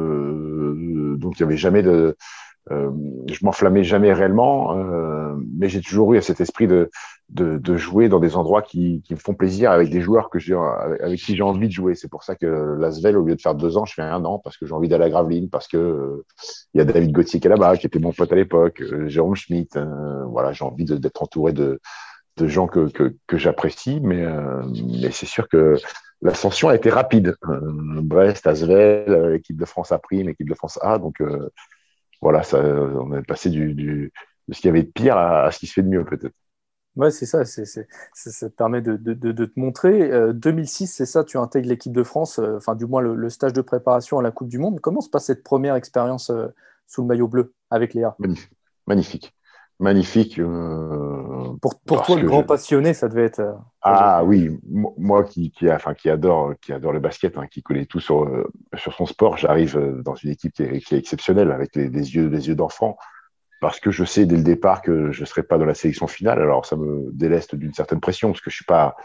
euh, donc il n'y avait jamais de. Euh, je m'enflammais jamais réellement, euh, mais j'ai toujours eu cet esprit de, de, de jouer dans des endroits qui, qui me font plaisir avec des joueurs que j'ai, avec qui j'ai envie de jouer. C'est pour ça que l'Asvel, au lieu de faire deux ans, je fais un an parce que j'ai envie d'aller à Gravelines, parce que euh, il y a David Gauthier qui est là-bas, qui était mon pote à l'époque, euh, Jérôme Schmitt. Euh, voilà, j'ai envie de, d'être entouré de, de gens que, que, que j'apprécie, mais, euh, mais c'est sûr que l'ascension a été rapide. Euh, Brest, Asvel, euh, équipe de France A prime, équipe de France A, donc euh, voilà, ça, on est passé du, du, de ce qu'il y avait de pire à, à ce qui se fait de mieux, peut-être. Ouais, c'est ça, c'est, c'est, c'est- ça te permet de, de, de, de te montrer. Euh, deux mille six, c'est ça, tu intègres l'équipe de France, euh, enfin du moins le, le stage de préparation à la Coupe du Monde. Comment se passe cette première expérience euh, sous le maillot bleu avec Léa? Magnifique. Magnifique. Magnifique. Euh, Pour, pour toi, parce le que je... grand passionné, ça devait être, euh, ça devait être Ah quelque oui, chose. mo- moi qui, qui, a- enfin, qui, adore, qui adore le basket, hein, qui connaît tout sur, euh, sur son sport, j'arrive euh, dans une équipe qui est, qui est exceptionnelle, avec les, les yeux, les yeux d'enfant, parce que je sais dès le départ que je ne serai pas dans la sélection finale. Alors ça me déleste d'une certaine pression, parce que je suis pas,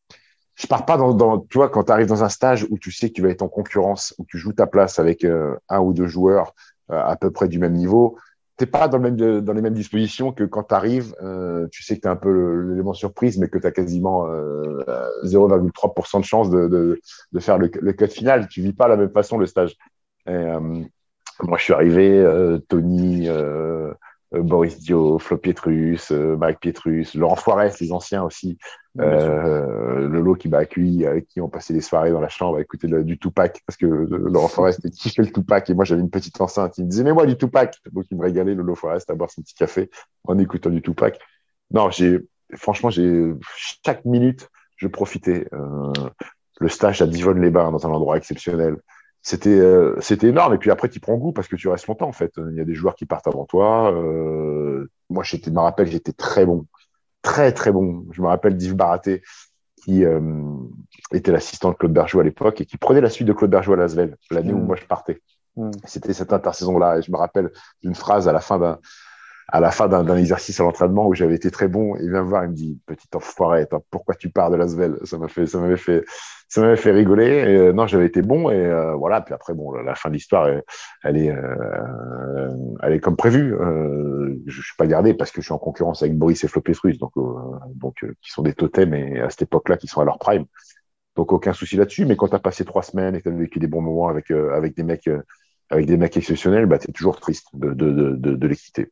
je pars pas dans, dans tu vois, quand tu arrives dans un stage où tu sais que tu vas être en concurrence, où tu joues ta place avec euh, un ou deux joueurs euh, à peu près du même niveau, t'es pas dans, le même, dans les mêmes dispositions que quand tu arrives, euh, tu sais que tu es un peu le- l'élément surprise, mais que tu as quasiment euh, zéro virgule trois pour cent de chance de, de, de faire le, le cut final. Tu vis pas de la même façon le stage. Et, euh, moi, je suis arrivé, euh, Tony, euh, euh, Boris Dio, Flo Pietrus, euh, Mike Pietrus, Laurent Foirest, les anciens aussi, Oui, bien sûr. euh, Lolo qui m'a accueilli, avec qui on passait des soirées dans la chambre à écouter le- du Tupac, parce que euh, Laurent Forest il kiffait le Tupac, et moi j'avais une petite enceinte, il me disait, mais moi du Tupac, donc il me régalait, Lolo Forest, à boire son petit café en écoutant du Tupac. Non, j'ai, franchement, j'ai, chaque minute, je profitais. Euh, le stage à Divonne-les-Bains, dans un endroit exceptionnel, c'était euh, c'était énorme. Et puis après, tu prends goût parce que tu restes longtemps, en fait. Il y a des joueurs qui partent avant toi. Euh, moi, j'étais, je me rappelle, j'étais très bon. Très, très bon. Je me rappelle d'Yves Baraté, qui euh, était l'assistant de Claude Bergeau à l'époque et qui prenait la suite de Claude Bergeau à l'Asvel, l'année où Mm, moi je partais. mm. C'était cette intersaison-là. Et je me rappelle d'une phrase à la fin d'un à la fin d'un, d'un exercice à l'entraînement où j'avais été très bon, il vient me voir, il me dit, petit enfoiré, attends, pourquoi tu pars de l'Asvel? Ça m'a fait, ça m'avait fait, ça m'avait fait rigoler. Et, euh, non, j'avais été bon et euh, voilà. Puis après, bon, la, la fin de l'histoire, elle, elle est, euh, elle est comme prévu. Euh, je suis pas gardé parce que je suis en concurrence avec Boris et Flo Pietrus, donc, euh, donc euh, qui sont des totems et à cette époque-là, qui sont à leur prime. Donc aucun souci là-dessus. Mais quand tu as passé trois semaines et que tu as vécu des bons moments avec euh, avec des mecs, euh, avec des mecs exceptionnels, bah t'es toujours triste de de de, de, de les quitter.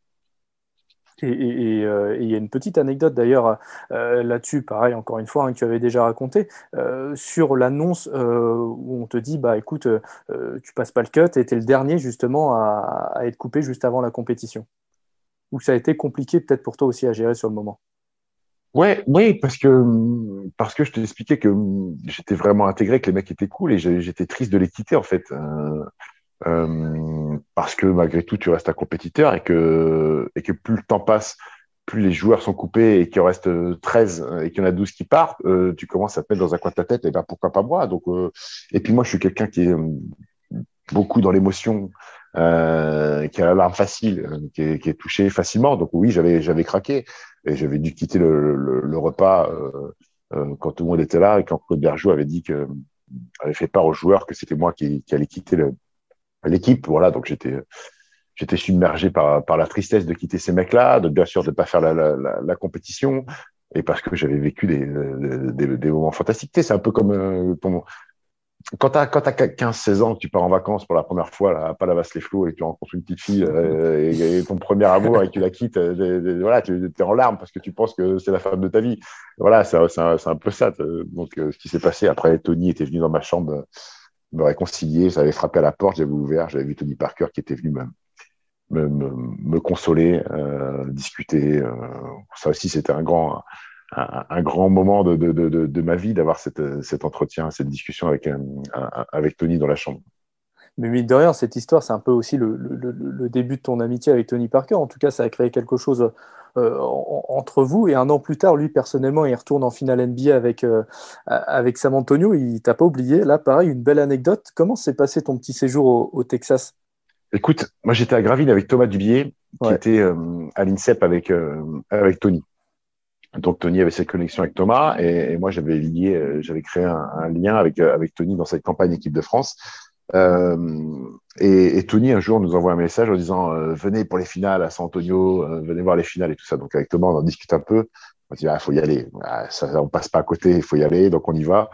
Et et- et, euh, et il y a une petite anecdote d'ailleurs euh, là-dessus, pareil, encore une fois, hein, que tu avais déjà raconté, euh, sur l'annonce euh, où on te dit, bah écoute, euh, euh, tu passes pas le cut et tu es le dernier justement à, à être coupé juste avant la compétition. Ou ça a été compliqué peut-être pour toi aussi à gérer sur le moment. Ouais, oui, parce que parce que je t'ai expliqué que j'étais vraiment intégré, que les mecs étaient cool et j'ai- j'étais triste de les quitter en fait. Euh, euh, parce que malgré tout, tu restes un compétiteur et que et que plus le temps passe, plus les joueurs sont coupés et qu'il en reste euh, treize euh, et qu'il y en a douze qui partent, euh, tu commences à te mettre dans un coin de ta tête, et ben pourquoi pas moi? Donc euh, et puis moi, je suis quelqu'un qui est euh, beaucoup dans l'émotion, euh, qui a la larme facile, euh, qui est, qui est touché facilement. Donc oui, j'avais j'avais craqué et j'avais dû quitter le, le, le repas euh, euh, quand tout le monde était là et quand Claude Bergeau avait dit que avait fait part aux joueurs que c'était moi qui, qui allait quitter le, l'équipe. Voilà, donc j'étais j'étais submergé par par la tristesse de quitter ces mecs-là, de bien sûr de pas faire la, la, la, la compétition. Et parce que j'avais vécu des, des, des moments fantastiques. Tu sais, c'est un peu comme euh, ton, quand t'as, quand t'as quinze seize ans, que tu pars en vacances pour la première fois là, à Palavas-les-Flots et que tu rencontres une petite fille euh, et, et ton premier amour et que tu la quittes, euh, de- de- voilà, tu es en larmes parce que tu penses que c'est la femme de ta vie. Voilà, c'est, c'est, un, c'est un peu ça. euh, Donc, euh, ce qui s'est passé après, Tony était venu dans ma chambre euh, me réconcilier. J'avais frappé à la porte, j'avais ouvert, j'avais vu Tony Parker qui était venu me, me, me, me consoler, euh, discuter. Euh, ça aussi, c'était un grand, un, un grand moment de, de, de, de ma vie d'avoir cette, cet entretien, cette discussion avec, euh, avec Tony dans la chambre. Mais mine de rien, cette histoire, c'est un peu aussi le, le, le début de ton amitié avec Tony Parker. En tout cas, ça a créé quelque chose euh, en, entre vous. Et un an plus tard, lui, personnellement, il retourne en finale N B A avec, euh, avec San Antonio. Il t'a pas oublié. Là, pareil, une belle anecdote. Comment s'est passé ton petit séjour au, au Texas? Écoute, moi, j'étais à Gravelines avec Thomas Dubier, qui ouais. était euh, à l'INSEP avec, euh, avec Tony. Donc, Tony avait cette connexion avec Thomas. Et, et moi, j'avais lié, euh, j'avais créé un, un lien avec, avec Tony dans cette campagne équipe de France. Euh, et, et Tony un jour nous envoie un message en disant euh, venez pour les finales à San Antonio, euh, venez voir les finales et tout ça. Donc avec Thomas on en discute un peu, on dit ah faut y aller, ah, ça on passe pas à côté, il faut y aller, donc on y va.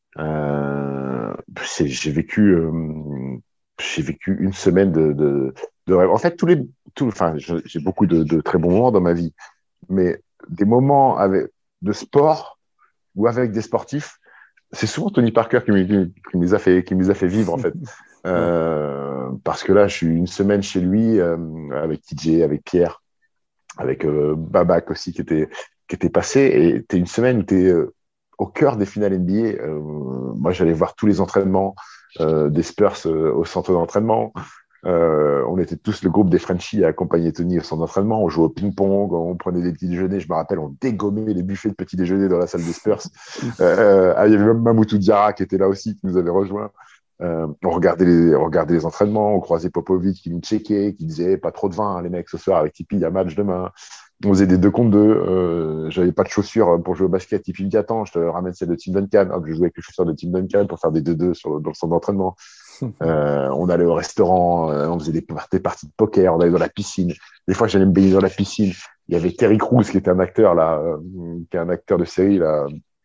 Euh, j'ai vécu euh, j'ai vécu une semaine de, de, de rêve. En fait tous les tout, enfin j'ai beaucoup de, de très bons moments dans ma vie, mais des moments avec de sport ou avec des sportifs, c'est souvent Tony Parker qui, qui, qui nous a fait qui nous a fait vivre en fait, euh, parce que là je suis une semaine chez lui euh, avec T J, avec Pierre, avec euh, Babac aussi qui était qui était passé, et t'es une semaine où t'es euh, au cœur des finales N B A. Euh, moi j'allais voir tous les entraînements euh, des Spurs euh, au centre d'entraînement. Euh, on était tous le groupe des Frenchies à accompagner Tony au centre d'entraînement. On jouait au ping-pong, on prenait des petits déjeuners. Je me rappelle, on dégommait les buffets de petits déjeuners dans la salle des Spurs. Euh, il y avait même Mamoutou Diarra qui était là aussi, qui nous avait rejoint. Euh, on regardait les, on regardait les entraînements. On croisait Popovic qui nous checkait, qui disait pas trop de vin, hein, les mecs, ce soir avec Tipeee, il y a match demain. On faisait des deux contre deux. Euh, j'avais pas de chaussures pour jouer au basket. Tipeee me dit attends, je te ramène celle de Tim Duncan. Hop, je jouais avec les chaussures de Tim Duncan pour faire des deux deux sur dans le centre d'entraînement. Euh, on allait au restaurant, euh, on faisait des, des parties de poker, on allait dans la piscine. Des fois, j'allais me baigner dans la piscine. Il y avait Terry Crews qui était un acteur là, euh, qui est un acteur de série là,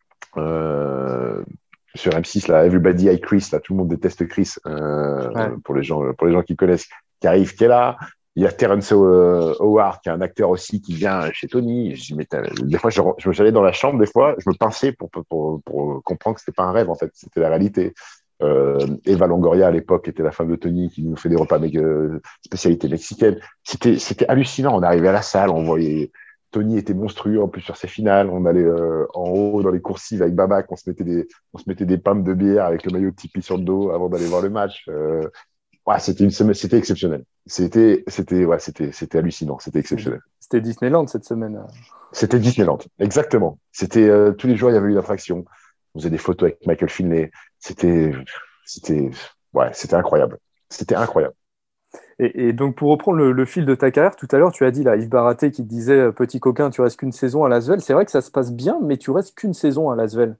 euh, sur M six là. Everybody Hate Chris là, tout le monde déteste Chris euh, ouais. pour les gens, pour les gens qui connaissent, qui arrive, qui est là. Il y a Terrence Howard qui est un acteur aussi qui vient chez Tony. Je dis, mais des fois, je, je j'allais dans la chambre, des fois, je me pinçais pour pour, pour, pour comprendre que c'était pas un rêve en fait, c'était la réalité. Euh, Eva Longoria à l'époque était la femme de Tony qui nous fait des repas avec euh, spécialité mexicaine. C'était c'était hallucinant. On arrivait à la salle, on voyait Tony était monstrueux en plus sur ses finales. On allait euh, en haut dans les coursives avec Babac, on se mettait des on se mettait des pommes de bière avec le maillot de Tipeee sur le dos avant d'aller voir le match. Euh, ouais, c'était une semaine, c'était exceptionnel. C'était c'était ouais, c'était c'était hallucinant, c'était exceptionnel. C'était Disneyland cette semaine. C'était Disneyland, exactement. C'était euh, tous les jours il y avait une attraction. On faisait des photos avec Michael Finley. C'était, c'était, ouais, c'était incroyable. C'était incroyable. Et, et donc, pour reprendre le, le fil de ta carrière, tout à l'heure, tu as dit, là, Yves Baraté qui te disait, petit coquin, tu restes qu'une saison à Lasvel. C'est vrai que ça se passe bien, mais tu restes qu'une saison à Lasvel.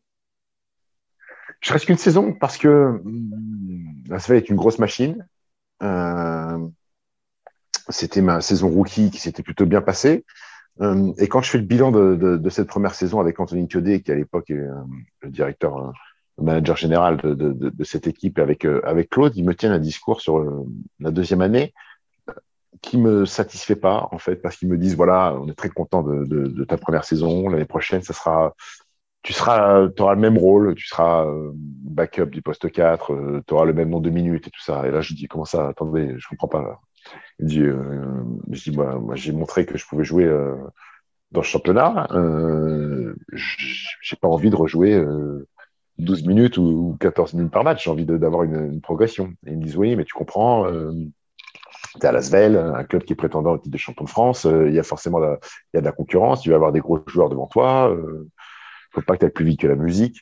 Je reste qu'une saison parce que Lasvel est une grosse machine. Euh, c'était ma saison rookie qui s'était plutôt bien passée. Euh, et quand je fais le bilan de, de, de cette première saison avec Anthony Thiodé, qui à l'époque est euh, le directeur, euh, le manager général de, de, de, de cette équipe, avec, euh, avec Claude, ils me tiennent un discours sur euh, la deuxième année euh, qui me satisfait pas, en fait, parce qu'ils me disent, voilà, on est très content de, de, de ta première saison, l'année prochaine, ça sera, tu seras, tu auras le même rôle, tu seras euh, backup du poste quatre, euh, tu auras le même nombre de minutes et tout ça. Et là, je dis, comment ça? Attendez, je comprends pas, là. Il dit, euh, je dis, moi, moi j'ai montré que je pouvais jouer euh, dans le championnat. Euh, j'ai pas envie de rejouer euh, douze minutes ou quatorze minutes par match. J'ai envie de, d'avoir une, une progression. Et ils me disent, oui, mais tu comprends, euh, t'es à Lasvel, un club qui est prétendant au titre de champion de France. Il euh, y a forcément la, il y a de la concurrence. Tu vas avoir des gros joueurs devant toi. Euh, faut pas que tu ailles plus vite que la musique.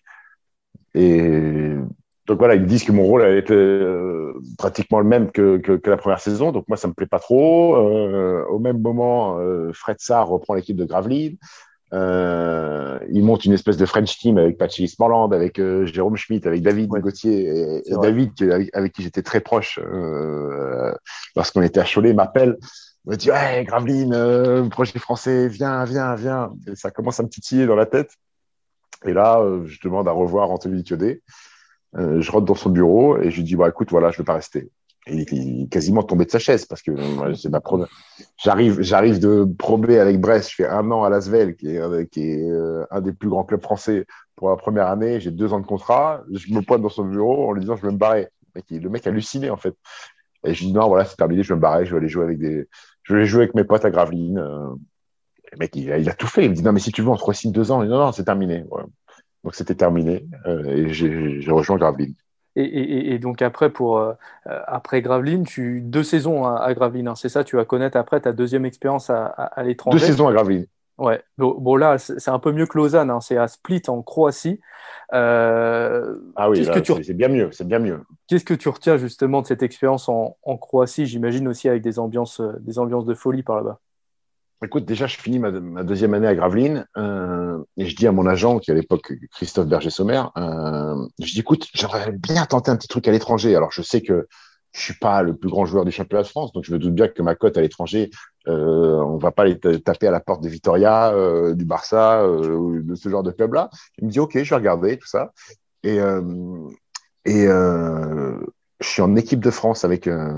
Et donc voilà, ils me disent que mon rôle allait être euh, pratiquement le même que, que, que la première saison. Donc moi, ça me plaît pas trop. Euh, au même moment, euh, Fred Sarr reprend l'équipe de Gravelines. Euh, il monte une espèce de French team avec Patrice Morland, avec euh, Jérôme Schmitt, avec David ouais. Gauthier et, et David, qui, avec, avec qui j'étais très proche euh, lorsqu'on était à Cholet, m'appelle. Il me dit, ouais, Gravelines, euh, projet français, viens, viens, viens. Et ça commence à me titiller dans la tête. Et là, euh, je demande à revoir Anthony Thiodé. Euh, je rentre dans son bureau et je lui dis, bah, écoute, voilà, je ne veux pas rester. Et il est, il est quasiment tombé de sa chaise parce que euh, c'est ma première. J'arrive, j'arrive de Pro B avec Brest. Je fais un an à Lasvel, qui est, qui est euh, un des plus grands clubs français pour la première année. J'ai deux ans de contrat. Je me pointe dans son bureau en lui disant, je veux me barrer. Le mec, le mec halluciné, en fait. Et je dis non, voilà, c'est terminé, je vais me barrer, je vais aller jouer avec des, je vais aller jouer avec mes potes à Gravelines. Euh, le mec, il, il a tout fait. Il me dit non, mais si tu veux, on se re-signe deux ans. Il dit, non, non, c'est terminé. Ouais. Donc c'était terminé euh, et j'ai, j'ai rejoint Gravelines. Et, et, et donc après, pour, euh, après Gravelines, tu deux saisons à, à Gravelines, hein, c'est ça, tu vas connaître après ta deuxième expérience à, à, à l'étranger. Deux saisons à Gravelines. Ouais, bon, bon là, c'est, c'est un peu mieux que Lausanne, hein, c'est à Split en Croatie. Euh, ah oui, là, que tu... c'est, c'est bien mieux, c'est bien mieux. Qu'est-ce que tu retiens justement de cette expérience en, en Croatie, j'imagine aussi avec des ambiances, des ambiances de folie par là-bas? Écoute, déjà, je finis ma, ma deuxième année à Gravelines euh, et je dis à mon agent, qui à l'époque Christophe Berger-Sommer, euh, je dis écoute, j'aimerais bien tenter un petit truc à l'étranger. Alors, je sais que je suis pas le plus grand joueur du championnat de France, donc je me doute bien que ma cote à l'étranger, euh, on va pas aller t- taper à la porte de Vitoria, euh, du Barça, euh, ou de ce genre de club-là. Il me dit ok, je vais regarder tout ça. Et, euh, et euh, je suis en équipe de France avec euh,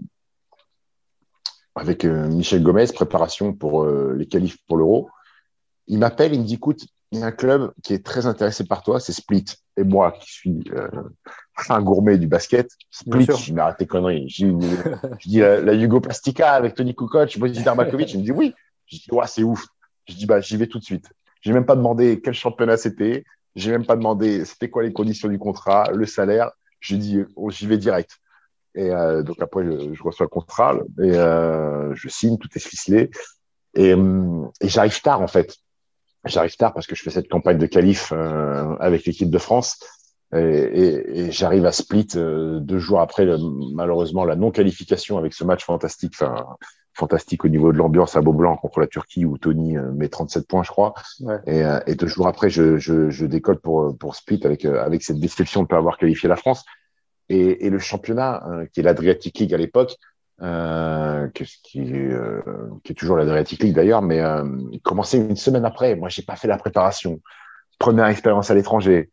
avec euh, Michel Gomez, préparation pour euh, les qualifs pour l'Euro. Il m'appelle, il me dit écoute, il y a un club qui est très intéressé par toi, c'est Split. Et moi, qui suis euh, un gourmet du basket, Split, je dis mais arrête tes conneries. Je dis, je dis la, la Jugoplastica avec Toni Kukoc, Bojidar Makovic. Il me dit oui. Je dis ouais, c'est ouf. Je dis bah j'y vais tout de suite. J'ai même pas demandé quel championnat c'était. J'ai même pas demandé c'était quoi les conditions du contrat, le salaire. Je dis oh, j'y vais direct. Et euh, donc après, je, je reçois le contrat et euh, je signe, tout est ficelé. Et, et j'arrive tard, en fait. J'arrive tard parce que je fais cette campagne de qualif euh, avec l'équipe de France. Et, et, et j'arrive à Split euh, deux jours après, le, malheureusement, la non-qualification avec ce match fantastique, enfin fantastique au niveau de l'ambiance à Beaublanc contre la Turquie où Tony euh, met trente-sept points, je crois. Ouais. Et, euh, et deux jours après, je, je, je décolle pour, pour Split avec, euh, avec cette déception de ne pas avoir qualifié la France. Et, et le championnat, euh, qui est l'Adriatic League à l'époque, euh, qui, qui, euh, qui est toujours l'Adriatic League d'ailleurs, mais euh, commençait une semaine après. Moi, j'ai pas fait la préparation. Première expérience à l'étranger.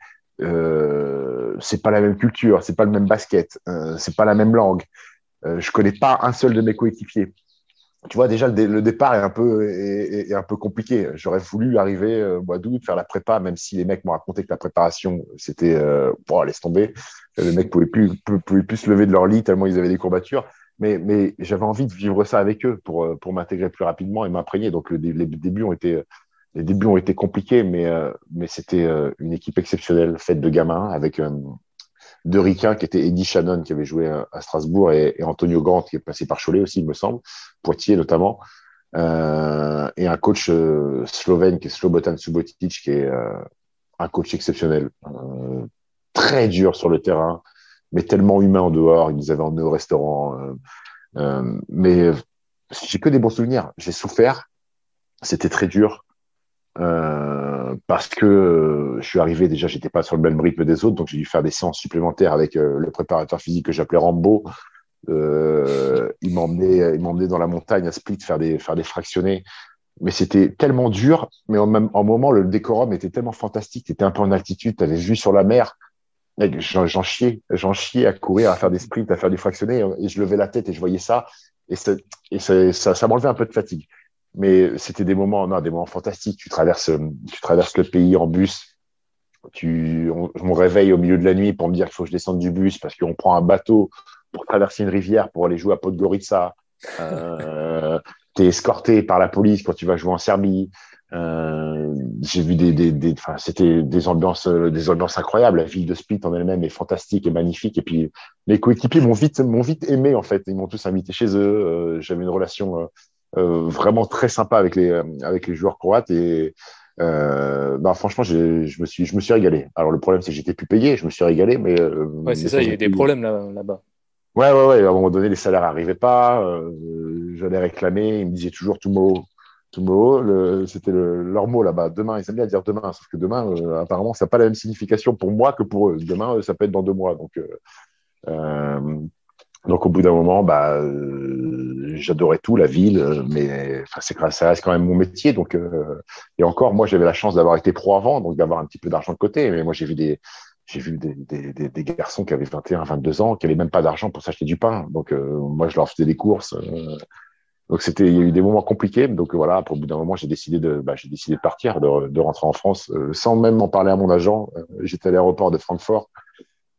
Euh, c'est pas la même culture, c'est pas le même basket, euh, c'est pas la même langue. Euh, je connais pas un seul de mes coéquipiers. Tu vois, déjà, le, dé- le départ est un peu, est, est un peu compliqué. J'aurais voulu arriver euh, au mois d'août, faire la prépa, même si les mecs m'ont raconté que la préparation, c'était, euh, bon, laisse tomber. Les mecs pouvaient plus, pouvaient plus se lever de leur lit tellement ils avaient des courbatures. Mais, mais j'avais envie de vivre ça avec eux pour, pour m'intégrer plus rapidement et m'imprégner. Donc, le, les débuts ont été, les débuts ont été compliqués, mais, euh, mais c'était euh, une équipe exceptionnelle, faite de gamins, avec euh, deux ricains qui étaient Eddie Shannon, qui avait joué à Strasbourg, et, et Antonio Grant, qui est passé par Cholet aussi, il me semble, Poitiers notamment, euh, et un coach euh, slovène qui est Slobodan Subotic, qui est euh, un coach exceptionnel, euh, très dur sur le terrain, mais tellement humain en dehors. Ils nous avaient emmenés au restaurant. Euh, euh, mais j'ai que des bons souvenirs. J'ai souffert. C'était très dur. Euh, parce que euh, je suis arrivé, déjà, j'étais pas sur le même rythme des autres, donc j'ai dû faire des séances supplémentaires avec euh, le préparateur physique que j'appelais Rambo. Euh, il m'emmenait, il m'emmenait dans la montagne à Split faire des, faire des fractionnés. Mais c'était tellement dur, mais en même en moment, le décorum était tellement fantastique. Tu étais un peu en altitude, tu avais vue sur la mer. Mec, j'en, j'en chiais, j'en chiais à courir, à faire des sprints, à faire du fractionné, et je levais la tête et je voyais ça, et, ça, et ça, ça, ça m'enlevait un peu de fatigue. Mais c'était des moments, non, des moments fantastiques. Tu traverses, tu traverses le pays en bus. Tu, on, je me réveille au milieu de la nuit pour me dire qu'il faut que je descende du bus parce qu'on prend un bateau pour traverser une rivière pour aller jouer à Podgorica. Euh, t'es escorté par la police quand tu vas jouer en Serbie. Euh, j'ai vu des, des, des, enfin, c'était des ambiances, des ambiances incroyables. La ville de Split en elle-même est fantastique et magnifique. Et puis, mes coéquipiers m'ont vite, m'ont vite aimé, en fait. Ils m'ont tous invité chez eux. Euh, j'avais une relation, euh, euh, vraiment très sympa avec les, euh, avec les joueurs croates et, euh, bah, franchement, j'ai, je me suis, je me suis régalé. Alors, le problème, c'est que j'étais plus payé. Je me suis régalé, mais, euh, ouais, c'est mais ça, il y a des problèmes là, là-bas. Ouais, ouais, ouais. À un moment donné, les salaires n'arrivaient pas. Euh, j'allais réclamer. Ils me disaient toujours tomorrow. Tomorrow, le, c'était le, leur mot là-bas. Demain, ils aiment bien dire demain. Sauf que demain, euh, apparemment, ça n'a pas la même signification pour moi que pour eux. Demain, euh, ça peut être dans deux mois. Donc, euh, euh, donc au bout d'un moment, bah, euh, j'adorais tout, la ville. Euh, mais enfin, c'est, ça reste quand même mon métier. Donc, euh, et encore, moi, j'avais la chance d'avoir été pro avant, donc d'avoir un petit peu d'argent de côté. Mais moi, j'ai vu des. J'ai vu des, des, des, des garçons qui avaient vingt et un, vingt-deux ans, qui n'avaient même pas d'argent pour s'acheter du pain. Donc, euh, moi, je leur faisais des courses. Euh, donc, c'était, il y a eu des moments compliqués. Donc, voilà, pour, au bout d'un moment, j'ai décidé de, bah, j'ai décidé de partir, de, de rentrer en France, euh, sans même en parler à mon agent. Euh, j'étais à l'aéroport de Francfort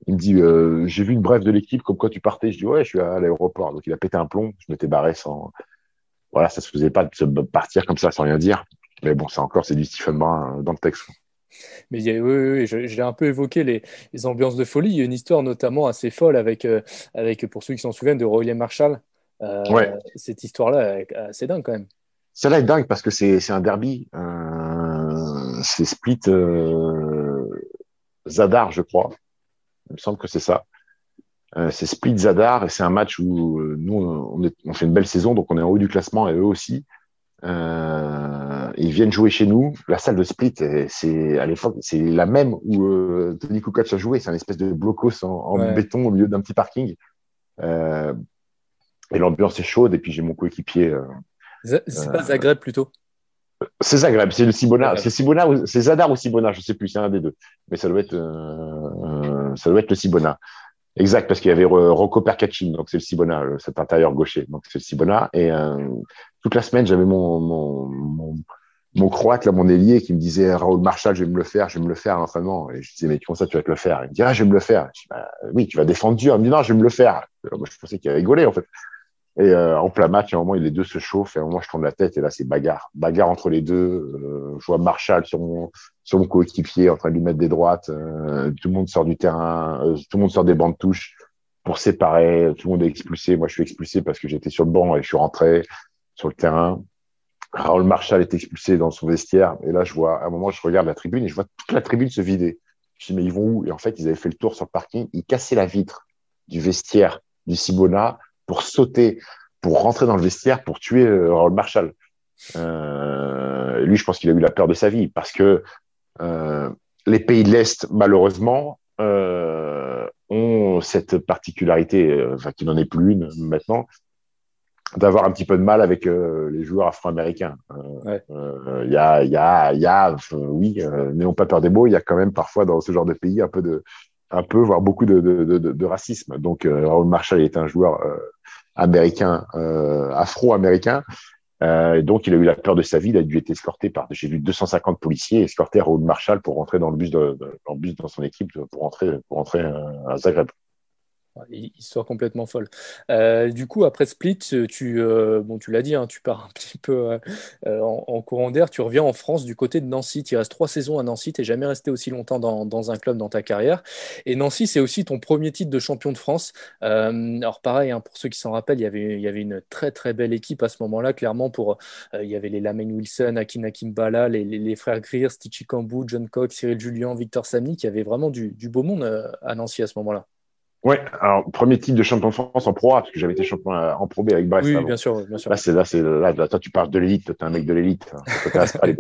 Il me dit, euh, j'ai vu une brève de l'équipe, comme quoi tu partais. Je dis, ouais, je suis à l'aéroport. Donc, il a pété un plomb. Je m'étais barré sans. Voilà, ça se faisait pas de se partir comme ça sans rien dire. Mais bon, ça encore, c'est du Stephen Brun dans le texte. Mais il y a, oui, oui, oui, je- j'ai un peu évoqué les, les ambiances de folie. Il y a une histoire notamment assez folle avec, euh, avec pour ceux qui s'en souviennent, de Royley Marshall. Euh, Ouais. Cette histoire-là, est assez dingue quand même. Celle-là est dingue parce que c'est, c'est un derby. Euh, c'est Split euh, Zadar, je crois. Il me semble que c'est ça. Euh, c'est Split Zadar et c'est un match où euh, nous, on, est, on fait une belle saison, donc on est en haut du classement et eux aussi. Euh, ils viennent jouer chez nous. La salle de Split, c'est à l'époque, c'est la même où euh, Tony Kukoc a joué. C'est un espèce de blocos en, en Ouais. béton au milieu d'un petit parking. Euh, et l'ambiance est chaude. Et puis j'ai mon coéquipier. Euh, Z- C'est pas euh, Zagreb plutôt? c'est Zagreb, c'est le Cibona, Zagreb. c'est Cibona, ou- c'est Zadar ou Cibona, je sais plus, c'est un des deux. Mais ça doit être, euh, euh, ça doit être le Cibona. Exact, parce qu'il y avait Ro- Rocco Percacci, donc c'est le Cibona, le- cet intérieur gaucher, donc c'est le Cibona. Et euh, toute la semaine, j'avais mon, mon, mon, mon croate, là, mon ailier, qui me disait, Raoul Marshall, je vais me le faire, je vais me le faire à l'entraînement. Et je disais, mais comment ça, tu vas te le faire? Il me dit, ah, je vais me le faire. Je dis, bah, oui, tu vas défendre dur. Il me dit, non, je vais me le faire. Alors, moi, je pensais qu'il rigolait, en fait. Et euh, en plein match, à un moment, les deux se chauffent, et à un moment, je tourne la tête, et là, c'est bagarre. Bagarre entre les deux. Euh, je vois Marshall sur mon, sur mon coéquipier en train de lui mettre des droites. Euh, tout le monde sort du terrain, euh, tout le monde sort des bancs de touche pour séparer. Tout le monde est expulsé. Moi, je suis expulsé parce que j'étais sur le banc et je suis rentré sur le terrain. Raoul Marshall est expulsé dans son vestiaire. Et là, je vois, à un moment, je regarde la tribune et je vois toute la tribune se vider. Je dis, mais ils vont où? Et en fait, ils avaient fait le tour sur le parking. Ils cassaient la vitre du vestiaire du Cibona pour sauter, pour rentrer dans le vestiaire, pour tuer euh, Raoul Marshall. Euh, lui, je pense qu'il a eu la peur de sa vie parce que euh, les pays de l'Est, malheureusement, euh, ont cette particularité, euh, enfin, qui n'en est plus une maintenant, d'avoir un petit peu de mal avec euh, les joueurs afro-américains. Il Ouais. euh, y a, il y a, il y a, euh, oui, euh, n'ayons pas peur des mots, il y a quand même parfois dans ce genre de pays un peu de, un peu, voire beaucoup de, de, de, de racisme. Donc, euh, Raoul Marshall est un joueur euh, américain, euh, afro-américain. Euh, et donc, il a eu la peur de sa vie. Il a dû être escorté par, j'ai vu deux cent cinquante policiers escorter Raoul Marshall pour rentrer dans le bus, de, de, dans le bus dans son équipe pour rentrer, pour rentrer euh, à Zagreb. Histoire complètement folle. Euh, du coup, après Split, tu, euh, bon, tu l'as dit, hein, tu pars un petit peu euh, euh, en, en courant d'air, tu reviens en France du côté de Nancy. Tu restes trois saisons à Nancy, tu n'es jamais resté aussi longtemps dans, dans un club dans ta carrière. Et Nancy, c'est aussi ton premier titre de champion de France. Euh, alors pareil, hein, pour ceux qui s'en rappellent, il y avait, il y avait une très très belle équipe à ce moment-là, clairement. Pour, euh, il y avait les Lamine Wilson, Akin Akimbala, les, les, les frères Greer, Stichi Kambou, John Cox, Cyril Julien, Victor Samny, qui avait vraiment du, du beau monde euh, à Nancy à ce moment-là. Ouais, alors premier titre de champion de France en Pro A, parce que j'avais été champion en Pro B avec Brest. Oui, avant. bien sûr, bien sûr. Là, c'est là, c'est là, là, toi, tu parles de l'élite, toi, t'es un mec de l'élite. Ça t'intéresse pas les,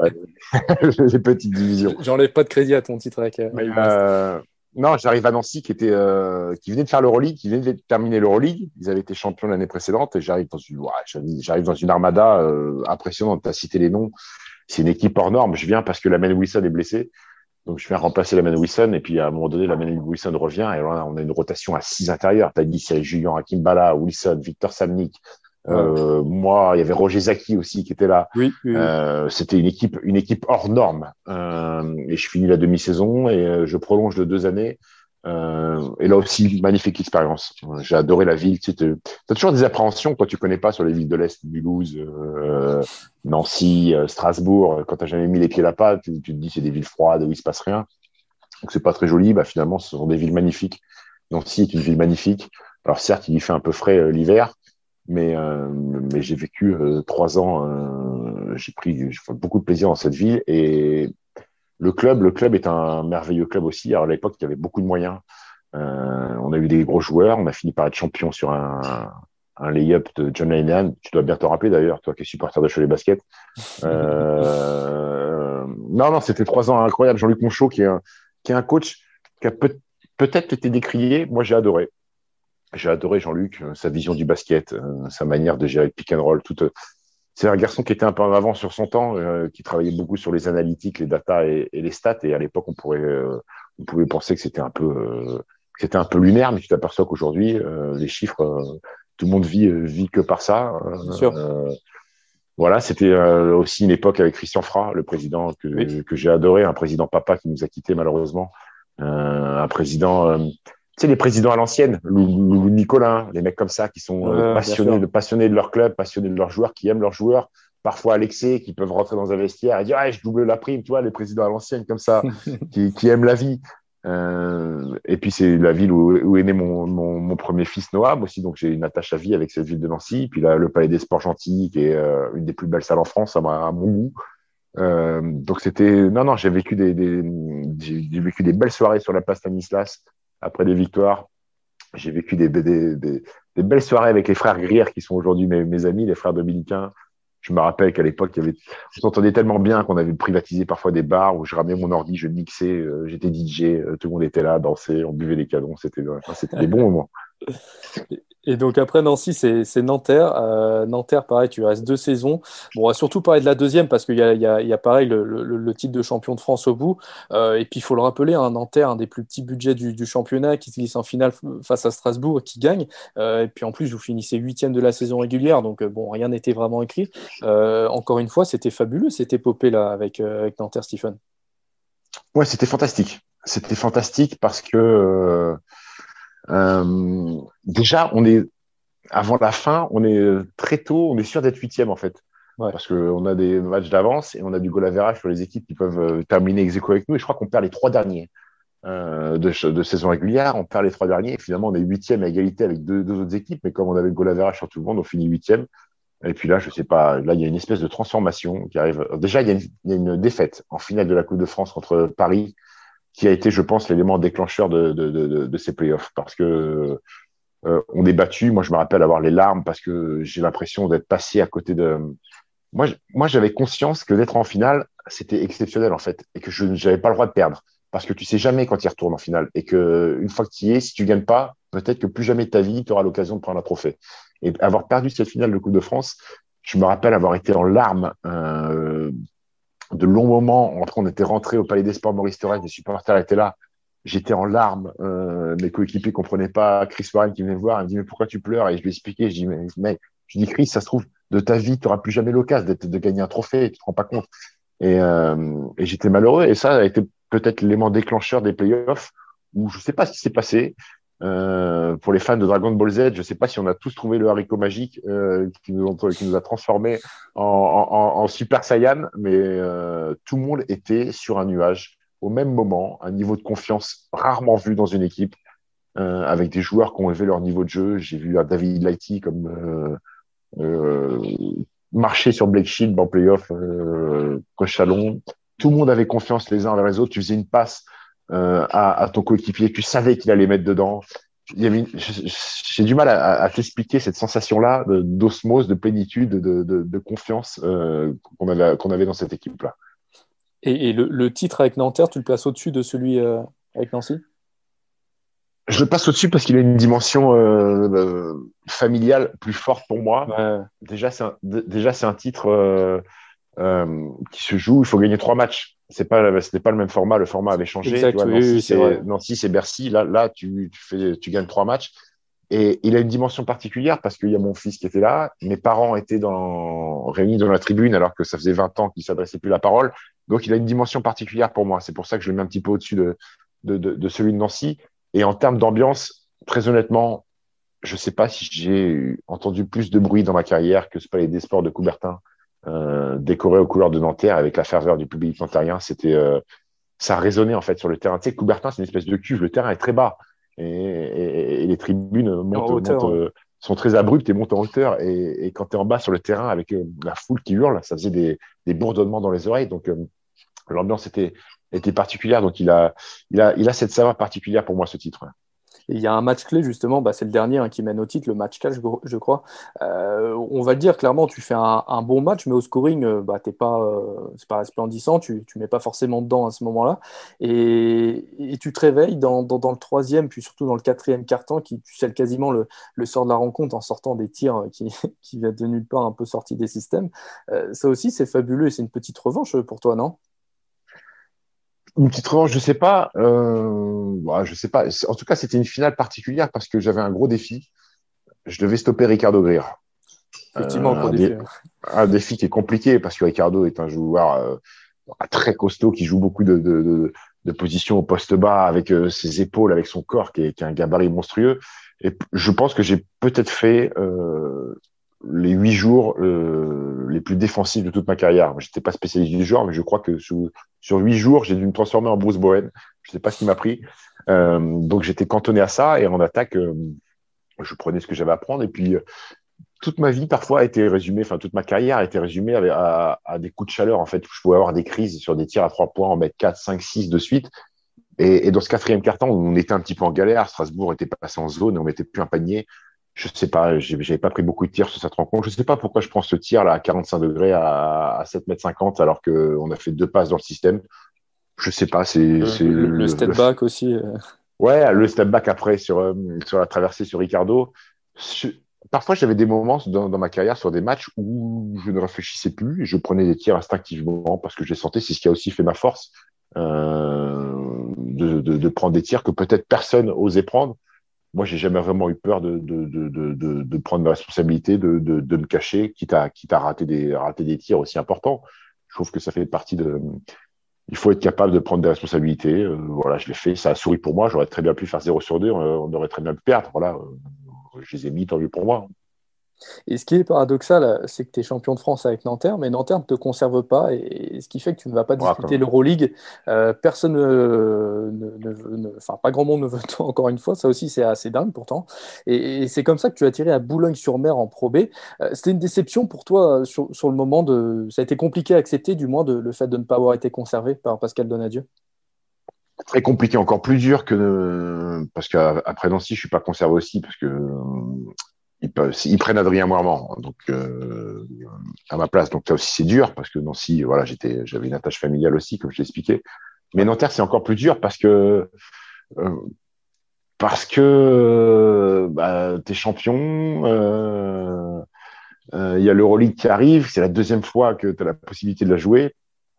les petites divisions. J'enlève pas de crédit à ton titre avec. Mais, euh, non, j'arrive à Nancy, qui était, euh, qui venait de faire l'Euroleague, qui venait de terminer l'Euroleague. Ils avaient été champions l'année précédente, et j'arrive dans une, ouais, j'arrive dans une armada euh, impressionnante. T'as cité les noms. C'est une équipe hors norme. Je viens parce que Lamine Wilson est blessé. Donc, je viens remplacer Lamine Wilson, et puis à un moment donné, Lamine Wilson revient, et là, on a une rotation à six intérieurs. T'as dit Cyril Julien, Akimbala, Wilson, Victor Samnik. Euh, ouais. Moi, il y avait Roger Zaki aussi qui était là. Oui, oui, euh, c'était une équipe, une équipe hors norme. Euh, et je finis la demi-saison et euh, je prolonge de deux années. Euh, et là aussi, magnifique expérience. J'ai adoré la ville. Tu sais, as toujours des appréhensions quand tu connais pas sur les villes de l'Est, Mulhouse, euh, Nancy, euh, Strasbourg. Quand tu n'as jamais mis les pieds là-bas, tu, tu te dis c'est des villes froides où il se passe rien. Donc c'est pas très joli. Bah finalement, ce sont des villes magnifiques. Nancy est une ville magnifique. Alors certes, il y fait un peu frais euh, l'hiver, mais euh, mais j'ai vécu euh, trois ans. Euh, j'ai pris j'ai fait beaucoup de plaisir dans cette ville et Le club, le club est un merveilleux club aussi. Alors à l'époque, il y avait beaucoup de moyens. Euh, on a eu des gros joueurs. On a fini par être champion sur un, un lay-up de John Linehan. Tu dois bien te rappeler d'ailleurs, toi qui es supporter de Cholet Basket. Euh, non, non, c'était trois ans incroyables. Jean-Luc Monchot, qui est un, qui est un coach qui a peut, peut-être été décrié. Moi, j'ai adoré. J'ai adoré Jean-Luc, sa vision du basket, sa manière de gérer le pick and roll, toute. C'est un garçon qui était un peu en avant sur son temps, euh, qui travaillait beaucoup sur les analytiques, les datas et, et les stats. Et à l'époque, on pourrait, euh, on pouvait penser que c'était un peu, euh, que c'était un peu lunaire, mais tu t'aperçois qu'aujourd'hui, euh, les chiffres, euh, tout le monde vit, euh, vit que par ça. Bien sûr. Euh, voilà, c'était euh, aussi une époque avec Christian Fra, le président que, oui. que j'ai adoré, un président papa qui nous a quittés malheureusement, euh, un président euh, sais, les présidents à l'ancienne, Lou Nicolin, les mecs comme ça qui sont euh, passionnés, de, passionnés de leur club, passionnés de leurs joueurs, qui aiment leurs joueurs. Parfois, Alexis, qui peuvent rentrer dans un vestiaire et dire ah, « je double la prime », tu vois, les présidents à l'ancienne comme ça, qui, qui aiment la vie. Euh, et puis, c'est la ville où, où est né mon, mon, mon premier fils, Noam, aussi. Donc, j'ai une attache à vie avec cette ville de Nancy. Puis là, le Palais des Sports Gentil, qui est euh, une des plus belles salles en France, à, à mon goût. Euh, donc, c'était… Non, non, j'ai vécu des, des, j'ai vécu des belles soirées sur la place Stanislas après des victoires. J'ai vécu des, des, des, des, des belles soirées avec les frères Grière, qui sont aujourd'hui mes, mes amis, les frères dominicains. Je me rappelle qu'à l'époque, il y avait, on s'entendait tellement bien qu'on avait privatisé parfois des bars où je ramenais mon ordi, je mixais, euh, j'étais D J, euh, tout le monde était là, dansait, on buvait des canons, c'était, enfin, c'était des bons moments. Et donc après Nancy, c'est, c'est Nanterre. Euh, Nanterre, pareil, tu restes deux saisons. Bon, on va surtout parler de la deuxième parce qu'il y a, il y a, il y a pareil le, le, le titre de champion de France au bout. Euh, et puis il faut le rappeler, hein, Nanterre, un des plus petits budgets du, du championnat, qui se glisse en finale face à Strasbourg et qui gagne. Euh, et puis en plus, vous finissez huitième de la saison régulière, donc bon, rien n'était vraiment écrit. Euh, encore une fois, c'était fabuleux cette épopée là avec, euh, avec Nanterre, Stephen. Ouais, c'était fantastique. C'était fantastique parce que euh... Euh, déjà, on est avant la fin, on est très tôt, on est sûr d'être huitième en fait, ouais. Parce qu'on a des matchs d'avance et on a du goal average sur les équipes qui peuvent terminer ex aequo avec nous. Et je crois qu'on perd les trois derniers euh, de, de saison régulière. On perd les trois derniers et finalement on est huitième à égalité avec deux, deux autres équipes. Mais comme on avait le goal average sur tout le monde, on finit huitième. Et puis là, je sais pas, là il y a une espèce de transformation qui arrive. Déjà, il y a une, il y a une défaite en finale de la Coupe de France contre Paris, qui a été, je pense, l'élément déclencheur de, de, de, de ces playoffs. Parce que euh, on est battu. Moi, je me rappelle avoir les larmes parce que j'ai l'impression d'être passé à côté de… Moi, moi, j'avais conscience que d'être en finale, c'était exceptionnel, en fait, et que je n'avais pas le droit de perdre. Parce que tu sais jamais quand il retourne en finale. Et que une fois que tu y es, si tu gagnes pas, peut-être que plus jamais de ta vie, tu auras l'occasion de prendre un trophée. Et avoir perdu cette finale de Coupe de France, je me rappelle avoir été en larmes euh, de longs moments. Après, on était rentré au Palais des Sports Maurice Thorez, les supporters étaient là. J'étais en larmes. Euh, mes coéquipiers comprenaient pas. Chris Warren qui venait me voir, il me dit mais pourquoi tu pleures? Et je lui ai expliqué. Je dis mais mec, je dis Chris, ça se trouve de ta vie, tu n'auras plus jamais l'occasion d'être, de gagner un trophée. Tu te rends pas compte. Et, euh, et j'étais malheureux. Et ça a été peut-être l'élément déclencheur des playoffs où je sais pas ce qui s'est passé. Euh, pour les fans de Dragon Ball Z, je sais pas si on a tous trouvé le haricot magique euh, qui, nous ont, qui nous a transformés en, en, en Super Saiyan, mais euh, tout le monde était sur un nuage au même moment, un niveau de confiance rarement vu dans une équipe, euh, avec des joueurs qui ont élevé leur niveau de jeu. J'ai vu un David Lighty comme euh, euh, marcher sur Blake Shield en playoff, euh, Cochalon. Tout le monde avait confiance les uns envers les autres. Tu faisais une passe Euh, à, à ton coéquipier, tu savais qu'il allait mettre dedans. Il y avait une, j'ai du mal à, à t'expliquer cette sensation-là de, d'osmose, de plénitude, de, de, de confiance euh, qu'on avait, qu'on avait dans cette équipe-là. Et, et le, le titre avec Nanterre, tu le places au-dessus de celui euh, avec Nancy? Je le passe au-dessus parce qu'il a une dimension euh, euh, familiale plus forte pour moi. Ouais. Déjà, c'est un, d- déjà, c'est un titre euh, euh, qui se joue, il faut gagner trois matchs. C'est pas, c'était pas le même format, le format avait changé. Exact, tu vois, oui, Nancy, oui, c'est c'est, Nancy, c'est Bercy. Là, là tu, tu, fais, tu gagnes trois matchs. Et il a une dimension particulière parce qu'il y a mon fils qui était là. Mes parents étaient dans, réunis dans la tribune alors que ça faisait vingt ans qu'ils ne s'adressaient plus la parole. Donc, il a une dimension particulière pour moi. C'est pour ça que je le mets un petit peu au-dessus de, de, de, de celui de Nancy. Et en termes d'ambiance, très honnêtement, je ne sais pas si j'ai entendu plus de bruit dans ma carrière que ce Palais des Sports de Coubertin. Euh, décoré aux couleurs de Nanterre avec la ferveur du public nanterrien, c'était, euh, ça résonnait en fait sur le terrain. Tu sais, Coubertin, c'est une espèce de cuve, le terrain est très bas et, et, et les tribunes montent, hauteur, montent, euh, sont très abruptes et montent en hauteur. Et, et quand tu es en bas sur le terrain avec euh, la foule qui hurle, ça faisait des, des bourdonnements dans les oreilles. Donc euh, l'ambiance était, était particulière. Donc il a, il a, il a cette saveur particulière pour moi, ce titre. Et il y a un match clé, justement, bah, c'est le dernier hein, qui mène au titre, le match quatre, je, je crois. Euh, on va le dire clairement, tu fais un, un bon match, mais au scoring, euh, bah, t'es pas, euh, c'est pas resplendissant, tu ne mets pas forcément dedans à ce moment-là. Et, et tu te réveilles dans, dans, dans le troisième, puis surtout dans le quatrième quart-temps, qui tu scelles quasiment le, le sort de la rencontre en sortant des tirs qui, qui viennent de nulle part, un peu sortis des systèmes. Euh, ça aussi, c'est fabuleux et c'est une petite revanche pour toi, non ? Une petite revanche, je sais pas. Euh, bah, je sais pas. En tout cas, c'était une finale particulière parce que j'avais un gros défi. Je devais stopper Ricardo Greer. Effectivement, euh, gros un, défi. dé... un défi qui est compliqué parce que Ricardo est un joueur euh, très costaud qui joue beaucoup de, de, de, de position au poste bas avec euh, ses épaules, avec son corps qui est, qui a un gabarit monstrueux. Et p- je pense que j'ai peut-être fait euh, les huit jours euh, les plus défensifs de toute ma carrière. Je n'étais pas spécialiste du genre, mais je crois que sur, sur huit jours, j'ai dû me transformer en Bruce Bowen. Je ne sais pas ce qui m'a pris. Euh, donc j'étais cantonné à ça et en attaque, euh, je prenais ce que j'avais à prendre. Et puis, euh, toute ma vie, parfois, a été résumée, enfin, toute ma carrière a été résumée avec, à, à des coups de chaleur. En fait, je pouvais avoir des crises sur des tirs à trois points, en mettre quatre, cinq, six de suite. Et, et dans ce quatrième quart-temps, où on était un petit peu en galère, Strasbourg était passé en zone et on mettait plus un panier. Je sais pas, j'ai- j'avais pas pris beaucoup de tirs sur cette rencontre. Je sais pas pourquoi je prends ce tir là à quarante-cinq degrés à, à sept mètres cinquante alors qu'on a fait deux passes dans le système. Je sais pas, c'est, Le, c'est le, le le, step le- back aussi. euh. ouais, le step back après sur, euh, sur la traversée sur Ricardo. Je- parfois, j'avais des moments dans, dans ma carrière sur des matchs où je ne réfléchissais plus et je prenais des tirs instinctivement parce que je les sentais. C'est ce qui a aussi fait ma force, euh, de, de, de prendre des tirs que peut-être personne osait prendre. Moi, j'ai jamais vraiment eu peur de, de, de, de, de, de prendre mes responsabilités, de, de, de me cacher, quitte à, quitte à rater des, rater des tirs aussi importants. Je trouve que ça fait partie de. Il faut être capable de prendre des responsabilités. Euh, voilà, je l'ai fait. Ça a souri pour moi. J'aurais très bien pu faire zéro sur deux. On, on aurait très bien pu perdre. Voilà, euh, je les ai mis, tant mieux pour moi. Et ce qui est paradoxal, euh, c'est que tu es champion de France avec Nanterre, mais Nanterre ne te conserve pas, et, et ce qui fait que tu ne vas pas Voilà, disputer quand l'Euroleague. Euh, personne, euh, ne, ne veut- ne- enfin pas grand monde ne veut toi encore une fois, ça aussi c'est assez dingue pourtant. Et, et c'est comme ça que tu as atterri à Boulogne-sur-Mer en Pro B. Euh, c'était une déception pour toi euh, sur, sur le moment de, ça a été compliqué à accepter, du moins de, le fait de ne pas avoir été conservé par Pascal Donadieu. très compliqué, encore plus dur que parce qu'après Nancy, je suis pas conservé aussi parce que euh, ils, peuvent, ils prennent Adrien Moirement donc euh, à ma place. Donc là aussi c'est dur parce que Nancy, voilà, j'étais, j'avais une attache familiale aussi, comme je l'ai expliqué. Mais Nanterre, c'est encore plus dur parce que euh, parce que euh, bah, t'es champion. Euh, euh, Il y a l'Euroleague qui arrive, c'est la deuxième fois que tu as la possibilité de la jouer.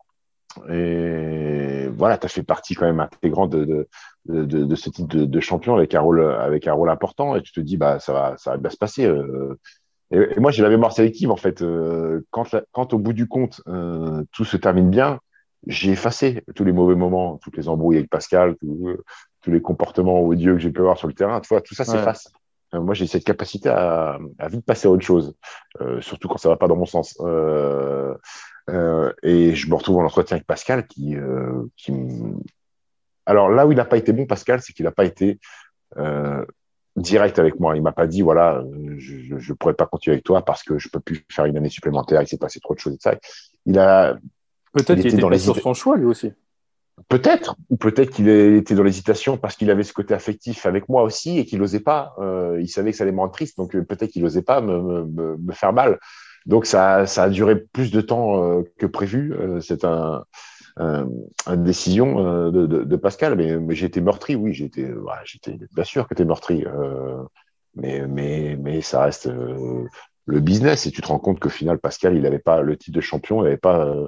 Et voilà, tu as fait partie quand même intégrante de, de, de, de, de ce type de, de champion avec un rôle, avec un rôle important. Et tu te dis, bah, ça va, ça va bien se passer. euh. Et, et moi, j'ai la mémoire sélective, en fait. Euh, quand, la- quand au bout du compte, euh, tout se termine bien, j'ai effacé tous les mauvais moments, toutes les embrouilles avec Pascal, tout- euh, tous les comportements odieux que j'ai pu avoir sur le terrain. Tu vois, tout ça Ouais. s'efface. Euh, Moi, j'ai cette capacité à, à vite passer à autre chose, euh, surtout quand ça va pas dans mon sens. Euh, euh, et je me retrouve en entretien avec Pascal qui, euh, qui m- alors là où il n'a pas été bon, Pascal, c'est qu'il n'a pas été euh, direct avec moi. Il m'a pas dit, voilà, euh, je ne pourrais pas continuer avec toi parce que je peux plus faire une année supplémentaire, il s'est passé trop de choses et ça. Il a, Peut-être il qu'il était n'était dans pas sur l'hésitation. son choix lui aussi. Peut-être, ou peut-être qu'il était dans l'hésitation parce qu'il avait ce côté affectif avec moi aussi et qu'il n'osait pas. Euh, il savait que ça allait me rendre triste, donc euh, peut-être qu'il n'osait pas me, me, me, me faire mal. Donc ça, ça a duré plus de temps euh, que prévu. Euh, c'est un, un, une décision euh, de, de, de Pascal, mais, mais j'ai été meurtri, oui, j'ai été, ouais, j'étais bien sûr que tu es meurtri. Euh, mais, mais, mais ça reste euh, le business et tu te rends compte qu'au final, Pascal, il n'avait pas le titre de champion, il n'avait pas euh,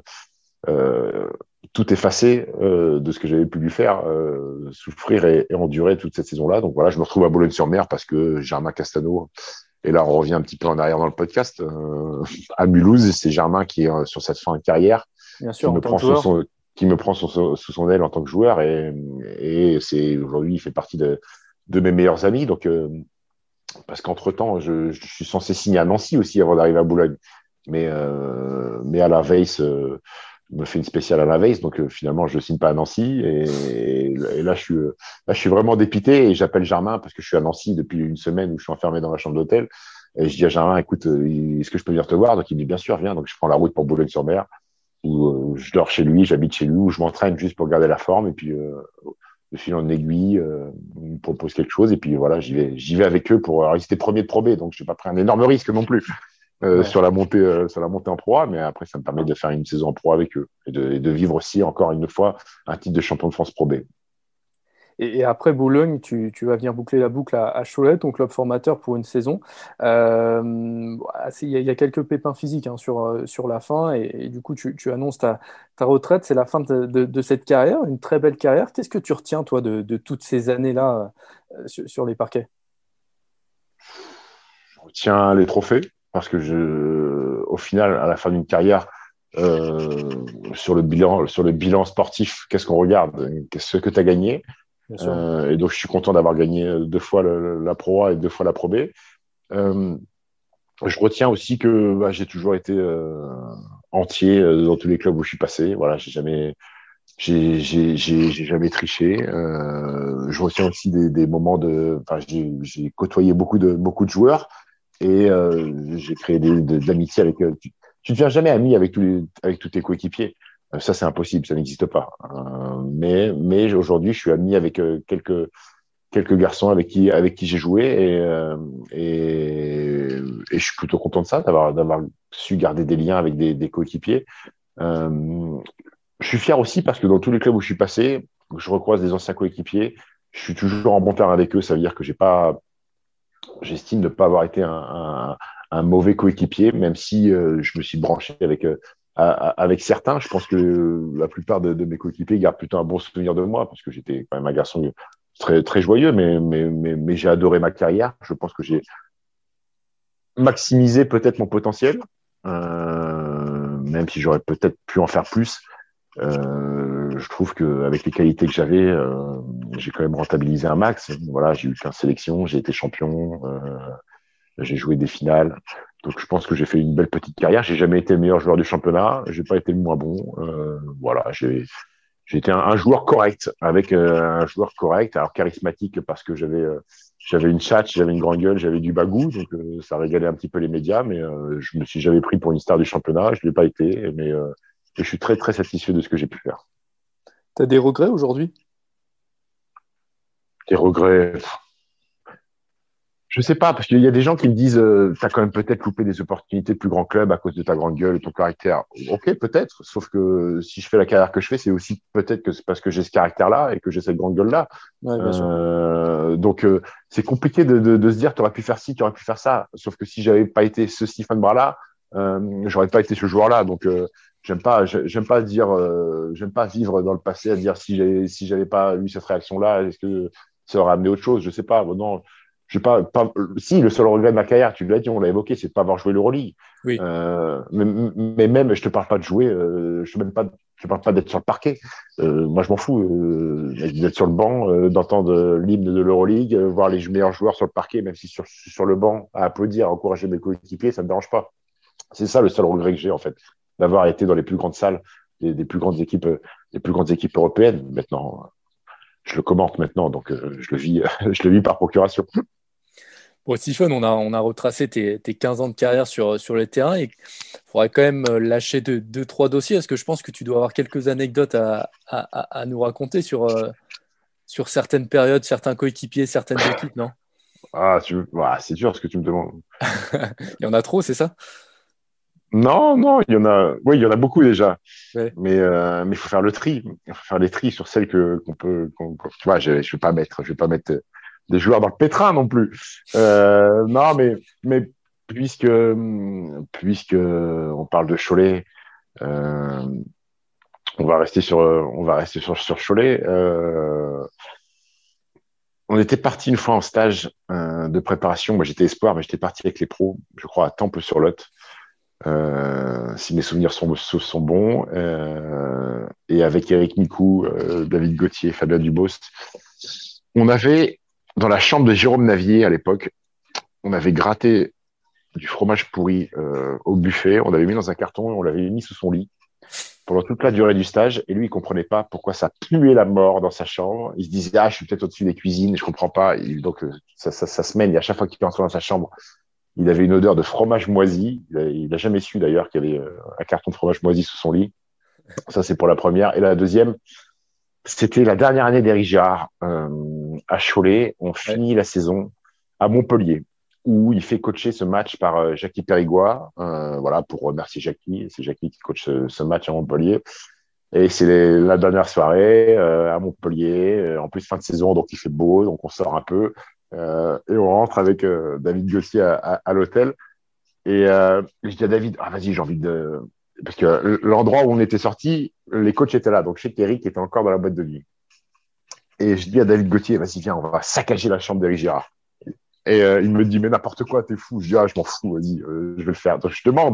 euh, tout effacé euh, de ce que j'avais pu lui faire, euh, souffrir et, et endurer toute cette saison-là. Donc voilà, je me retrouve à Boulogne-sur-Mer parce que Germain Castano, et là on revient un petit peu en arrière dans le podcast, euh, à Mulhouse, c'est Germain qui est euh, sur cette fin de carrière, Bien qui sûr, en me tant que prend sous joueur. son, qui me prend sous son, sous son aile en tant que joueur et, et c'est aujourd'hui il fait partie de, de mes meilleurs amis. Donc euh, parce qu'entre-temps, je, je suis censé signer à Nancy aussi avant d'arriver à Boulogne. Mais, euh, mais à la Weiss, euh, me fait une spéciale à la Weiss, donc euh, finalement, je ne signe pas à Nancy. Et, et là, je suis, là, je suis vraiment dépité et j'appelle Germain parce que je suis à Nancy depuis une semaine où je suis enfermé dans la chambre d'hôtel. Et je dis à Germain, écoute, euh, est-ce que je peux venir te voir? Donc il me dit, bien sûr, viens. Donc je prends la route pour Boulogne-sur-Mer, où euh, je dors chez lui, j'habite chez lui, où je m'entraîne juste pour garder la forme. Et puis, euh, de fil en aiguille, euh, ils me proposent quelque chose. Et puis voilà, j'y vais, j'y vais avec eux pour. Alors, ils étaient premiers de Pro B, donc je n'ai pas pris un énorme risque non plus euh, Ouais. sur la montée, euh, sur la montée en Pro A, mais après, ça me permet de faire une saison en Pro avec eux et de, et de vivre aussi encore une fois un titre de champion de France Pro B. Et, et après Boulogne, tu, tu vas venir boucler la boucle à, à Cholet, ton club formateur pour une saison. Euh, voilà, c'est- Il y, a il y a quelques pépins physiques hein, sur, euh, sur la fin, et, et du coup, tu, tu annonces ta, ta retraite. C'est la fin de, de- de cette carrière, une très belle carrière. Qu'est-ce que tu retiens, toi, de, de toutes ces années-là euh, sur, sur les parquets? Je retiens les trophées parce que je, au final, à la fin d'une carrière, euh, sur le bilan, sur le bilan sportif, qu'est-ce qu'on regarde, qu'est-ce que tu as gagné. Euh, et donc, je suis content d'avoir gagné deux fois le, la Pro A et deux fois la Pro B. Euh, je retiens aussi que bah, j'ai toujours été euh, entier euh, dans tous les clubs où je suis passé. Voilà, j'ai jamais, j'ai, j'ai, j'ai, j'ai jamais triché. Euh, je retiens aussi des, des moments de, enfin, j'ai, j'ai côtoyé beaucoup de, beaucoup de joueurs et euh, j'ai créé des, de, de l'amitié avec. Euh, tu, tu deviens jamais ami avec tous les, avec tous tes coéquipiers. Euh, ça, c'est impossible, ça n'existe pas. Euh, mais, mais aujourd'hui, je suis ami avec euh, quelques quelques garçons avec qui avec qui j'ai joué et, euh, et et je suis plutôt content de ça, d'avoir d'avoir su garder des liens avec des, des coéquipiers. Euh, je suis fier aussi parce que dans tous les clubs où je suis passé, je recroise des anciens coéquipiers. Je suis toujours en bon terme avec eux. Ça veut dire que j'ai pas, j'estime ne pas avoir été un, un, un mauvais coéquipier, même si euh, je me suis branché avec euh, avec certains. Je pense que la plupart de, de mes coéquipiers gardent plutôt un bon souvenir de moi parce que j'étais quand même un garçon très très joyeux, mais mais mais, mais j'ai adoré ma carrière. Je pense que j'ai maximisé peut-être mon potentiel, euh, même si j'aurais peut-être pu en faire plus. Euh, je trouve que avec les qualités que j'avais, euh, j'ai quand même rentabilisé un max. Voilà, j'ai eu quinze sélections, j'ai été champion, euh, j'ai joué des finales. Donc je pense que j'ai fait une belle petite carrière. J'ai jamais été le meilleur joueur du championnat, j'ai pas été le moins bon. Euh, voilà, j'ai J'étais un, un joueur correct, avec euh, un joueur correct, alors charismatique parce que j'avais euh, j'avais une tchatche, j'avais une grande gueule, j'avais du bagou, donc euh, ça régalait un petit peu les médias, mais euh, je me suis jamais pris pour une star du championnat, je l'ai pas été, mais euh, je suis très très satisfait de ce que j'ai pu faire. T'as des regrets aujourd'hui? Des regrets? Je sais pas, parce qu'il y a des gens qui me disent euh, t'as quand même peut-être loupé des opportunités de plus grands clubs à cause de ta grande gueule et ton caractère. Ok, peut-être, sauf que si je fais la carrière que je fais, c'est aussi peut-être que c'est parce que j'ai ce caractère-là et que j'ai cette grande gueule-là. Ouais, bien sûr. Euh, donc euh, c'est compliqué de, de, de se dire t'aurais pu faire ci, t'aurais pu faire ça. Sauf que si j'avais pas été ce Stephen Brun-là, euh, j'aurais pas été ce joueur-là. Donc euh, j'aime pas, j'aime pas dire, euh, j'aime pas vivre dans le passé à dire si j'avais si j'avais pas eu cette réaction-là, est-ce que ça aurait amené autre chose? Je sais pas. Bon, non. Je pas, pas, si, le seul regret de ma carrière, tu l'as dit, on l'a évoqué, c'est de pas avoir joué l'Euroleague. Oui. Euh, mais, mais même, je te parle pas de jouer, euh, je te même pas, je te parle pas d'être sur le parquet. Euh, moi, je m'en fous euh, d'être sur le banc, euh, d'entendre l'hymne de l'Euroleague, euh, voir les meilleurs joueurs sur le parquet, même si sur, sur le banc, à applaudir, à encourager mes coéquipiers, ça me dérange pas. C'est ça le seul regret que j'ai, en fait, d'avoir été dans les plus grandes salles, des, des plus grandes équipes, des plus grandes équipes européennes. Maintenant, je le commente maintenant, donc euh, je le vis, je le vis par procuration. Bon, Stephen, on a, on a retracé tes, tes quinze ans de carrière sur, sur les terrains et il faudrait quand même lâcher deux, deux, trois dossiers parce que je pense que tu dois avoir quelques anecdotes à, à, à nous raconter sur, euh, sur certaines périodes, certains coéquipiers, certaines équipes, non? Ah, tu... ah, c'est dur ce que tu me demandes. Il y en a trop, c'est ça? Non, non, il y en a. Oui, il y en a beaucoup déjà. Ouais. Mais euh, mais il faut faire le tri. Il faut faire les tris sur celles que qu'on peut. Qu'on... Tu vois, je, je vais pas mettre, je vais pas mettre des joueurs dans le pétrin non plus. Euh, non, mais mais puisque puisque on parle de Cholet, euh, on va rester sur on va rester sur sur Cholet. Euh, on était parti une fois en stage euh, de préparation. Moi, j'étais espoir, mais j'étais parti avec les pros, je crois à Temple-sur-Lot. Euh, si mes souvenirs sont, sont bons, euh, et avec Eric Micou, euh, David Gauthier, Fabien Dubos, on avait dans la chambre de Jérôme Navier à l'époque, on avait gratté du fromage pourri euh, au buffet, on l'avait mis dans un carton et on l'avait mis sous son lit pendant toute la durée du stage. Et lui, il comprenait pas pourquoi ça puait la mort dans sa chambre. Il se disait ah, je suis peut-être au-dessus des cuisines, je comprends pas. Et donc ça, ça, ça se mène. Et à chaque fois qu'il rentrait dans sa chambre, il avait une odeur de fromage moisi. Il n'a jamais su d'ailleurs qu'il y avait un carton de fromage moisi sous son lit. Ça, c'est pour la première. Et la deuxième, c'était la dernière année d'Éric Gérard euh, à Cholet. On finit ouais. la saison à Montpellier, où il fait coacher ce match par euh, Jackie Périgois. Euh, voilà, pour remercier Jackie. C'est Jackie qui coach ce, ce match à Montpellier. Et c'est les, la dernière soirée euh, à Montpellier. En plus, fin de saison, donc il fait beau, donc on sort un peu. Euh, et on rentre avec euh, David Gauthier à, à, à l'hôtel et euh, je dis à David ah vas-y j'ai envie de parce que l'endroit où on était sorti les coachs étaient là donc je sais qu'Eric était encore dans la boîte de nuit et je dis à David Gauthier vas-y viens on va saccager la chambre d'Éric Gérard et euh, il me dit mais n'importe quoi t'es fou je dis ah je m'en fous vas-y euh, je vais le faire donc je demande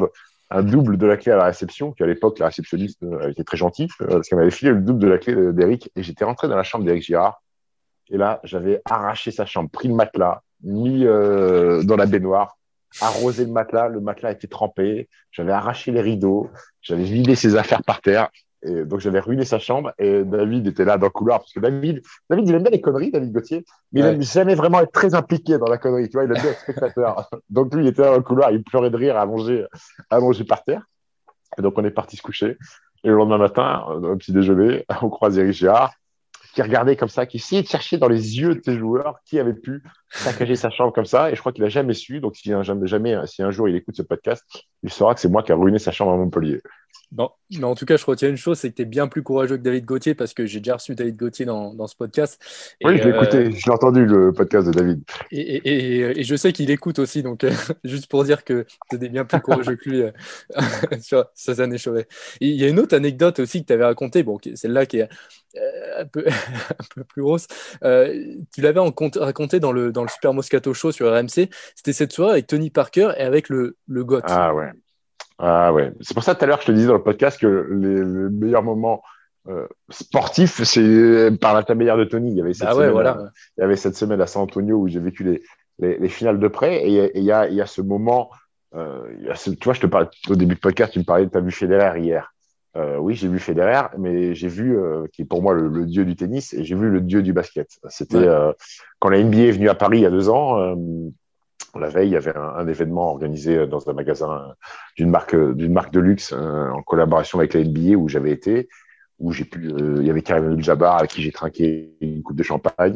un double de la clé à la réception, qu'à l'époque, la réceptionniste, elle était très gentille, parce qu'elle m'avait filé le double de la clé d'Éric, et j'étais rentré dans la chambre d'Éric Girard, et là, j'avais arraché sa chambre, pris le matelas, mis euh, dans la baignoire, arrosé le matelas, le matelas était trempé, j'avais arraché les rideaux, j'avais vidé ses affaires par terre, et donc j'avais ruiné sa chambre, et David était là dans le couloir, parce que David, David il aime bien les conneries, David Gauthier, mais ouais. Il n'aime jamais vraiment être très impliqué dans la connerie, tu vois, il aime bien être spectateur. Donc lui, il était là dans le couloir, il pleurait de rire, allongé, allongé par terre, et donc on est parti se coucher, et le lendemain matin, au petit déjeuner, on croise Éric Girard, qui regardait comme ça, qui essayait de chercher dans les yeux de ses joueurs qui avait pu saccager sa chambre comme ça. Et je crois qu'il n'a jamais su. Donc, si un, jamais, jamais, si un jour il écoute ce podcast, il saura que c'est moi qui ai ruiné sa chambre à Montpellier. Non, mais en tout cas, je retiens une chose, c'est que tu es bien plus courageux que David Gauthier parce que j'ai déjà reçu David Gauthier dans, dans ce podcast. Et oui, je l'ai euh... écouté, je l'ai entendu le podcast de David. Et, et, et, et je sais qu'il écoute aussi, donc euh, juste pour dire que tu es bien plus courageux que lui euh, sur ces années Chauvet. Et il y a une autre anecdote aussi que tu avais racontée, bon, celle-là qui est euh, un, peu, un peu plus grosse. Euh, tu l'avais raconté dans le, dans le Super Moscato Show sur R M C. C'était cette soirée avec Tony Parker et avec le, le Goth. Ah ouais. Ah ouais, c'est pour ça tout à l'heure que je te disais dans le podcast que les, les meilleurs moments euh, sportifs, c'est par l'intermédiaire de Tony. Il y avait cette, ah ouais, semaine, voilà. à, il y avait cette semaine à San Antonio où j'ai vécu les, les, les finales de près et il y a, il y a ce moment, euh, il y a ce, tu vois, je te parlais au début de podcast, tu me parlais, tu as vu Federer hier. Euh, oui, j'ai vu Federer, mais j'ai vu, euh, qui est pour moi le, le dieu du tennis, et j'ai vu le dieu du basket. C'était ouais. euh, quand la N B A est venue à Paris il y a deux ans. Euh, La veille, il y avait un, un événement organisé dans un magasin d'une marque, d'une marque de luxe euh, en collaboration avec la N B A où j'avais été, où j'ai pu, euh, il y avait Karim Abdul-Jabbar avec qui j'ai trinqué une coupe de champagne.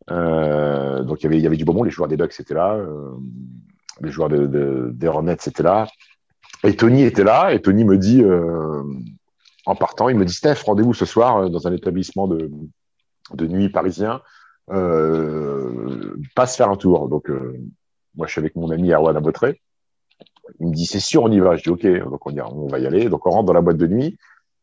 Euh, donc il y avait, il y avait du bon monde, les joueurs des Bucks étaient là, euh, les joueurs de, de, des Hornets étaient là, et Tony était là. Et Tony me dit, euh, en partant, il me dit Steph, rendez-vous ce soir dans un établissement de, de nuit parisien, euh, passe faire un tour. Donc euh, moi, je suis avec mon ami Erwan Abotré. Il me dit, c'est sûr, on y va. Je dis, OK, donc on, y a, on va y aller. Donc, on rentre dans la boîte de nuit,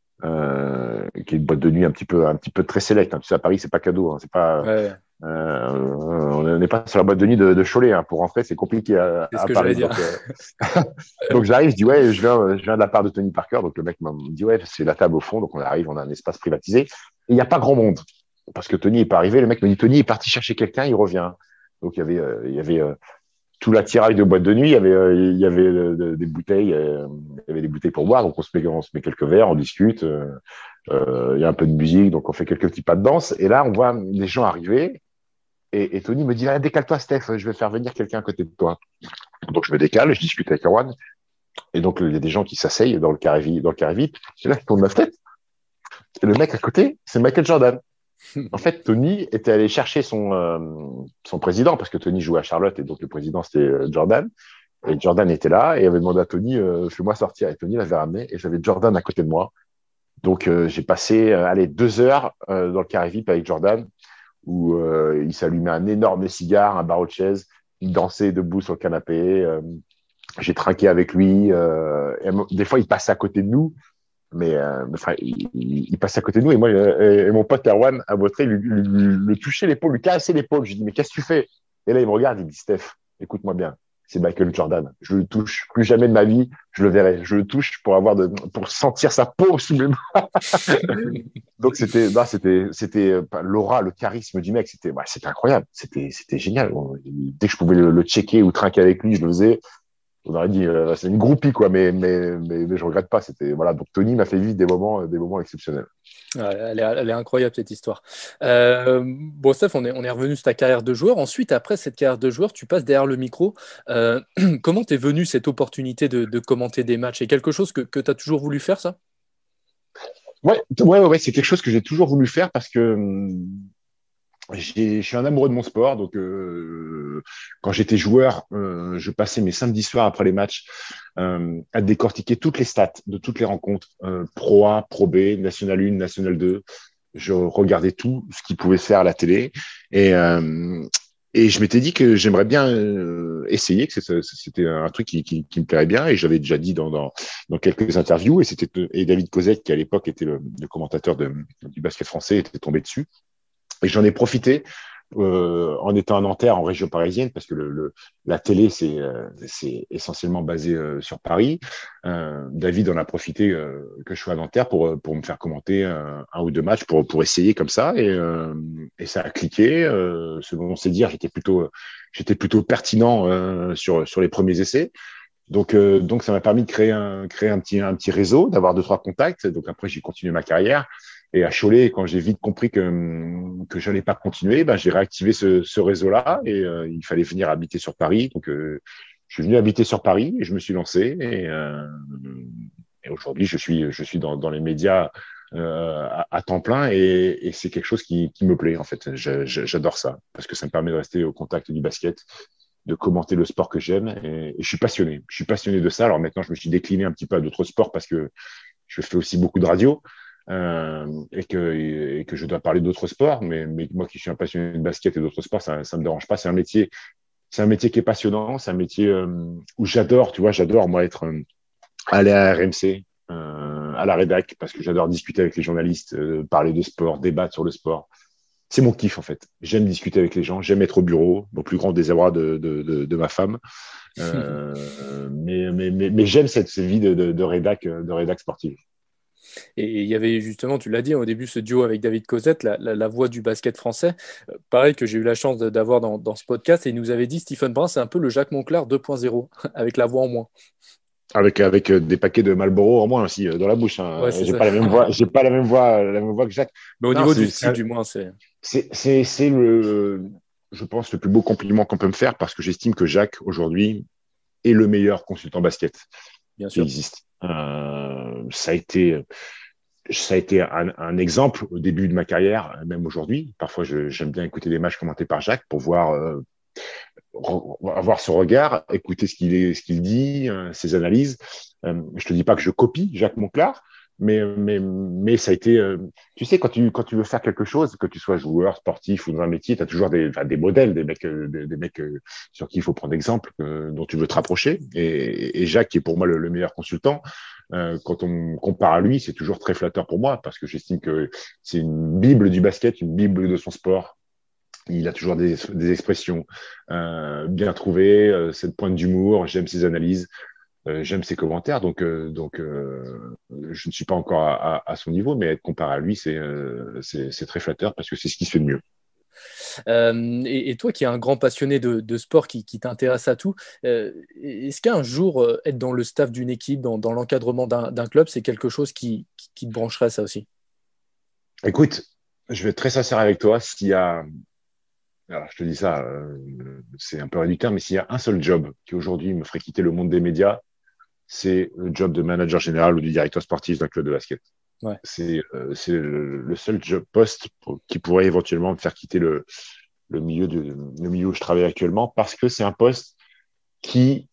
euh, qui est une boîte de nuit un petit peu, un petit peu très select. Hein. Tu sais, à Paris, c'est pas cadeau. Hein. C'est pas, ouais. euh, on n'est pas sur la boîte de nuit de, de Cholet. Hein. Pour rentrer, c'est compliqué à, c'est ce à que Paris. Dire. Donc, euh... donc, j'arrive, je dis, ouais, je viens, je viens de la part de Tony Parker. Donc, le mec me dit, ouais, c'est la table au fond. Donc, on arrive, on a un espace privatisé. Et il n'y a pas grand monde. Parce que Tony n'est pas arrivé. Le mec me dit, Tony est parti chercher quelqu'un, il revient. Donc, il y avait, euh, il y avait, euh, tout l'attirail de boîte de nuit, il y avait, euh, il y avait euh, des bouteilles, euh, il y avait des bouteilles pour boire, donc on se met, on se met quelques verres, on discute, euh, euh, il y a un peu de musique, donc on fait quelques petits pas de danse, et là on voit des gens arriver, et, et Tony me dit, ah, décale-toi Steph, je vais faire venir quelqu'un à côté de toi. Donc je me décale, je discute avec Erwan, et donc il y a des gens qui s'asseyent dans le carré, dans le carré V I P, c'est là je tourne ma tête, et le mec à côté, c'est Michael Jordan. En fait, Tony était allé chercher son, euh, son président, parce que Tony jouait à Charlotte, et donc le président, c'était Jordan. Et Jordan était là, et avait demandé à Tony, euh, fais-moi sortir. Et Tony l'avait ramené, et j'avais Jordan à côté de moi. Donc, euh, j'ai passé, euh, allez, deux heures euh, dans le carré V I P avec Jordan, où euh, il s'allumait un énorme cigare, un barreau de chaise, il dansait debout sur le canapé. Euh, j'ai trinqué avec lui. Euh, et des fois, il passait à côté de nous. Mais euh, enfin, il, il passait à côté de nous et moi et, et mon pote Erwan Abotré lui, lui, lui, lui touchait l'épaule, lui cassait l'épaule. Je lui dis mais qu'est-ce que tu fais? Et là il me regarde, il me dit Steph, écoute-moi bien, c'est Michael Jordan. Je le touche plus jamais de ma vie, je le verrai. Je le touche pour avoir de, pour sentir sa peau sous mes mains. Donc c'était, bah, c'était, c'était l'aura, le charisme du mec, c'était, bah, c'était incroyable, c'était, c'était génial. Dès que je pouvais le, le checker ou trinquer avec lui, je le faisais. On aurait dit, euh, c'est une groupie, quoi, mais, mais, mais, mais je regrette pas. C'était, voilà. Donc, Tony m'a fait vivre des moments, des moments exceptionnels. Ouais, elle, est, elle est incroyable, cette histoire. Euh, bon, Steph, on est, on est revenu sur ta carrière de joueur. Ensuite, après cette carrière de joueur, tu passes derrière le micro. Euh, comment t'es venu cette opportunité de, de commenter des matchs? C'est quelque chose que, que tu as toujours voulu faire, ça? Ouais, ouais, ouais, c'est quelque chose que j'ai toujours voulu faire parce que J'ai, je suis un amoureux de mon sport, donc euh, quand j'étais joueur, euh, je passais mes samedis soirs après les matchs euh, à décortiquer toutes les stats de toutes les rencontres, euh, Pro A, Pro B, National un, National deux. Je regardais tout ce qui pouvait se faire à la télé et euh, et je m'étais dit que j'aimerais bien euh, essayer, que c'est, c'était un truc qui, qui, qui me plairait bien et j'avais déjà dit dans, dans, dans quelques interviews et c'était et David Cosette qui à l'époque était le, le commentateur de, du basket français était tombé dessus. Et j'en ai profité euh, en étant à Nanterre, en région parisienne, parce que le, le, la télé, c'est, euh, c'est essentiellement basé euh, sur Paris. Euh, David en a profité euh, que je sois à Nanterre pour, pour me faire commenter un, un ou deux matchs, pour, pour essayer comme ça. Et, euh, et ça a cliqué. Euh, selon on sait dire, j'étais plutôt, j'étais plutôt pertinent euh, sur, sur les premiers essais. Donc, euh, donc, ça m'a permis de créer un, créer un petit, un petit réseau, d'avoir deux, trois contacts. Donc, après, j'ai continué ma carrière. Et à Cholet, quand j'ai vite compris que, que je n'allais pas continuer, ben, j'ai réactivé ce, ce réseau-là et euh, il fallait venir habiter sur Paris. Donc, euh, je suis venu habiter sur Paris et je me suis lancé. Et, euh, et aujourd'hui, je suis, je suis dans, dans les médias euh, à, à temps plein et, et c'est quelque chose qui, qui me plaît, en fait. Je, je, j'adore ça parce que ça me permet de rester au contact du basket, de commenter le sport que j'aime et, et je suis passionné. Je suis passionné de ça. Alors maintenant, je me suis décliné un petit peu à d'autres sports parce que je fais aussi beaucoup de radio euh, et, que, et que je dois parler d'autres sports. Mais, mais moi qui suis un passionné de basket et d'autres sports, ça ne me dérange pas. C'est un métier, c'est un métier qui est passionnant. C'est un métier euh, où j'adore, tu vois, j'adore moi être euh, aller à R M C, euh, à la rédac parce que j'adore discuter avec les journalistes, euh, parler de sport, débattre sur le sport. C'est mon kiff, en fait. J'aime discuter avec les gens, j'aime être au bureau, au plus grand désarroi de, de, de, de ma femme. Euh, mais, mais, mais, mais j'aime cette, cette vie de, de, de, rédac, de rédac sportive. Et il y avait justement, tu l'as dit au début, ce duo avec David Cosette, la, la, la voix du basket français. Euh, pareil que j'ai eu la chance de, d'avoir dans, dans ce podcast. Et il nous avait dit, Stephen Brun, c'est un peu le Jacques Monclar deux point zéro, avec la voix en moins. Avec, avec des paquets de Marlboro en moins aussi dans la bouche. Hein. Ouais, j'ai ça. pas la même voix, j'ai pas la même voix, la même voix que Jacques. Mais au non, niveau du style, du moins, c'est. C'est, c'est, c'est le, je pense, le plus beau compliment qu'on peut me faire parce que j'estime que Jacques aujourd'hui est le meilleur consultant basket Bien qui sûr. existe. Euh, ça a été, ça a été un, un exemple au début de ma carrière, même aujourd'hui. Parfois, je, j'aime bien écouter des matchs commentés par Jacques pour voir. Euh, avoir son regard, écouter ce qu'il est, ce qu'il dit, euh, ses analyses. Euh, je te dis pas que je copie Jacques Monclar, mais mais mais ça a été, euh, tu sais, quand tu quand tu veux faire quelque chose, que tu sois joueur, sportif ou dans un métier, tu as toujours des enfin, des modèles, des mecs euh, des, des mecs euh, sur qui il faut prendre exemple, euh, dont tu veux te rapprocher. Et, et Jacques qui est pour moi le, le meilleur consultant. Euh, quand on compare à lui, c'est toujours très flatteur pour moi parce que j'estime que c'est une bible du basket, une bible de son sport. Il a toujours des, des expressions euh, bien trouvées, euh, cette pointe d'humour. J'aime ses analyses, euh, j'aime ses commentaires. Donc, euh, donc, euh, je ne suis pas encore à, à, à son niveau, mais être comparé à lui, c'est, euh, c'est, c'est très flatteur parce que c'est ce qui se fait de mieux. Euh, et, et toi, qui es un grand passionné de, de sport, qui, qui t'intéresse à tout, euh, est-ce qu'un jour euh, être dans le staff d'une équipe, dans, dans l'encadrement d'un, d'un club, c'est quelque chose qui, qui, qui te brancherait, ça aussi? Écoute, je vais être très sincère avec toi. S'il y a Alors, je te dis ça, euh, c'est un peu réducteur, mais s'il y a un seul job qui aujourd'hui me ferait quitter le monde des médias, c'est le job de manager général ou du directeur sportif d'un club de basket. Ouais. C'est, euh, c'est le, le seul job poste pour, qui pourrait éventuellement me faire quitter le, le, milieu de, le milieu où je travaille actuellement parce que c'est un poste qui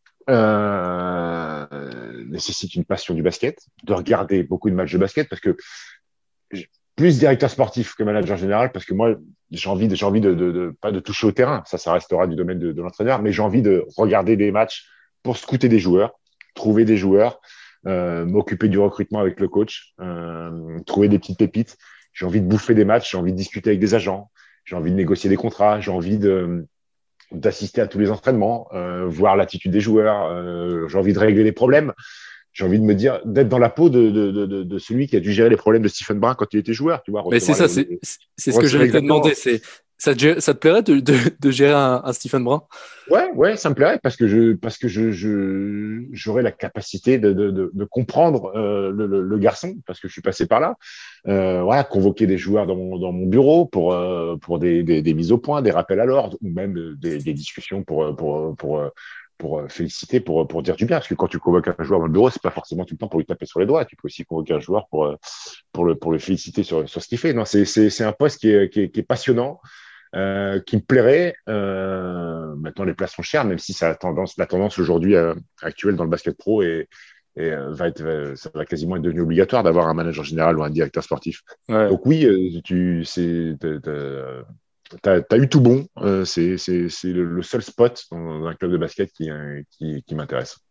euh, nécessite une passion du basket, de regarder beaucoup de matchs de basket parce que je, plus directeur sportif que manager général parce que moi j'ai envie de, j'ai envie de, de, de pas de toucher au terrain, ça ça restera du domaine de, de l'entraîneur, mais j'ai envie de regarder des matchs pour scouter des joueurs, trouver des joueurs, euh, m'occuper du recrutement avec le coach, euh, trouver des petites pépites. J'ai envie de bouffer des matchs, j'ai envie de discuter avec des agents, j'ai envie de négocier des contrats, j'ai envie de d'assister à tous les entraînements, euh, voir l'attitude des joueurs, euh, j'ai envie de régler les problèmes. J'ai envie de me dire, d'être dans la peau de, de, de, de celui qui a dû gérer les problèmes de Stephen Brun quand il était joueur, tu vois. Mais c'est ça, les, c'est, c'est ce que j'allais te demander. C'est, ça, te, ça te plairait de, de, de gérer un, un Stephen Brun? Ouais, ouais, ça me plairait parce que je, parce que je, je, j'aurais la capacité de, de, de, de comprendre euh, le, le, le garçon parce que je suis passé par là. Euh, voilà, convoquer des joueurs dans mon, dans mon bureau pour, euh, pour des, des, des mises au point, des rappels à l'ordre ou même des, des discussions pour, pour, pour, pour pour féliciter, pour, pour dire du bien. Parce que quand tu convoques un joueur dans le bureau, c'est pas forcément tout le temps pour lui taper sur les doigts. Tu peux aussi convoquer un joueur pour, pour, le, pour le féliciter sur, sur ce qu'il fait. Non, c'est, c'est, c'est un poste qui est, qui est, qui est passionnant, euh, qui me plairait. Euh, maintenant, les places sont chères, même si ça a tendance, la tendance aujourd'hui euh, actuelle dans le basket pro est, et euh, va être, va, ça va quasiment être devenu obligatoire d'avoir un manager général ou un directeur sportif. Ouais. Donc oui, euh, tu, c'est, t'as, t'as, T'as, t'as eu tout bon, euh, c'est, c'est, c'est le, le seul spot dans, dans un club de basket qui, euh, qui, qui m'intéresse.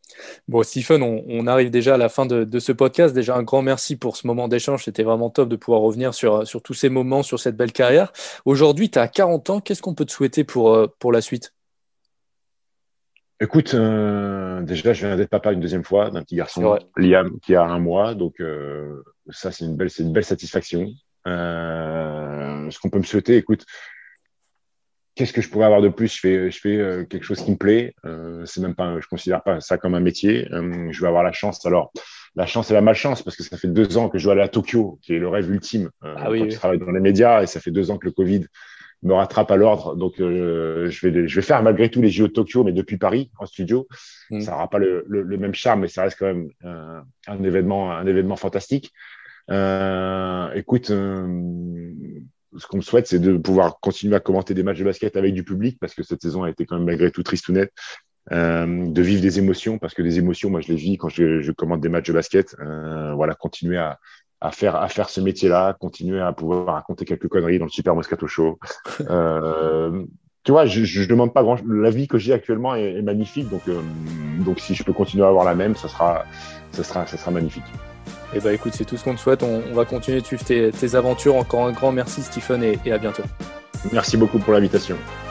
Bon, Stephen, on, on arrive déjà à la fin de, de ce podcast. Déjà, un grand merci pour ce moment d'échange. C'était vraiment top de pouvoir revenir sur, sur tous ces moments, sur cette belle carrière. Aujourd'hui, tu as quarante ans. Qu'est-ce qu'on peut te souhaiter pour, pour la suite ? Écoute, euh, déjà, je viens d'être papa une deuxième fois d'un petit garçon, Liam, qui a un mois. Donc, euh, ça, c'est une belle, c'est une belle satisfaction. Euh, ce qu'on peut me souhaiter, écoute, qu'est-ce que je pourrais avoir de plus ? Je fais, je fais euh, quelque chose qui me plaît. Euh, c'est même pas, je considère pas ça comme un métier. Euh, je vais avoir la chance. Alors, la chance et la malchance, parce que ça fait deux ans que je dois aller à Tokyo, qui est le rêve ultime euh, ah oui, quand oui. tu travailles dans les médias, et ça fait deux ans que le Covid me rattrape à l'ordre. Donc, euh, je vais, je vais faire malgré tout les J O de Tokyo, mais depuis Paris, en studio. Mmh. Ça n'aura pas le, le, le même charme, mais ça reste quand même euh, un événement, un événement fantastique. Euh, écoute, euh, ce qu'on me souhaite, c'est de pouvoir continuer à commenter des matchs de basket avec du public, parce que cette saison a été quand même malgré tout tristounette. Euh, de vivre des émotions, parce que des émotions, moi, je les vis quand je, je commente des matchs de basket. Euh, voilà, continuer à à faire à faire ce métier-là, continuer à pouvoir raconter quelques conneries dans le Super Moscato Show. Euh, tu vois, je, je demande pas grand. La vie que j'ai actuellement est, est magnifique, donc euh, donc si je peux continuer à avoir la même, ça sera ça sera ça sera magnifique. Eh ben écoute, c'est tout ce qu'on te souhaite. On, on va continuer de suivre tes, tes aventures. Encore un grand merci Stephen et, et à bientôt. Merci beaucoup pour l'invitation.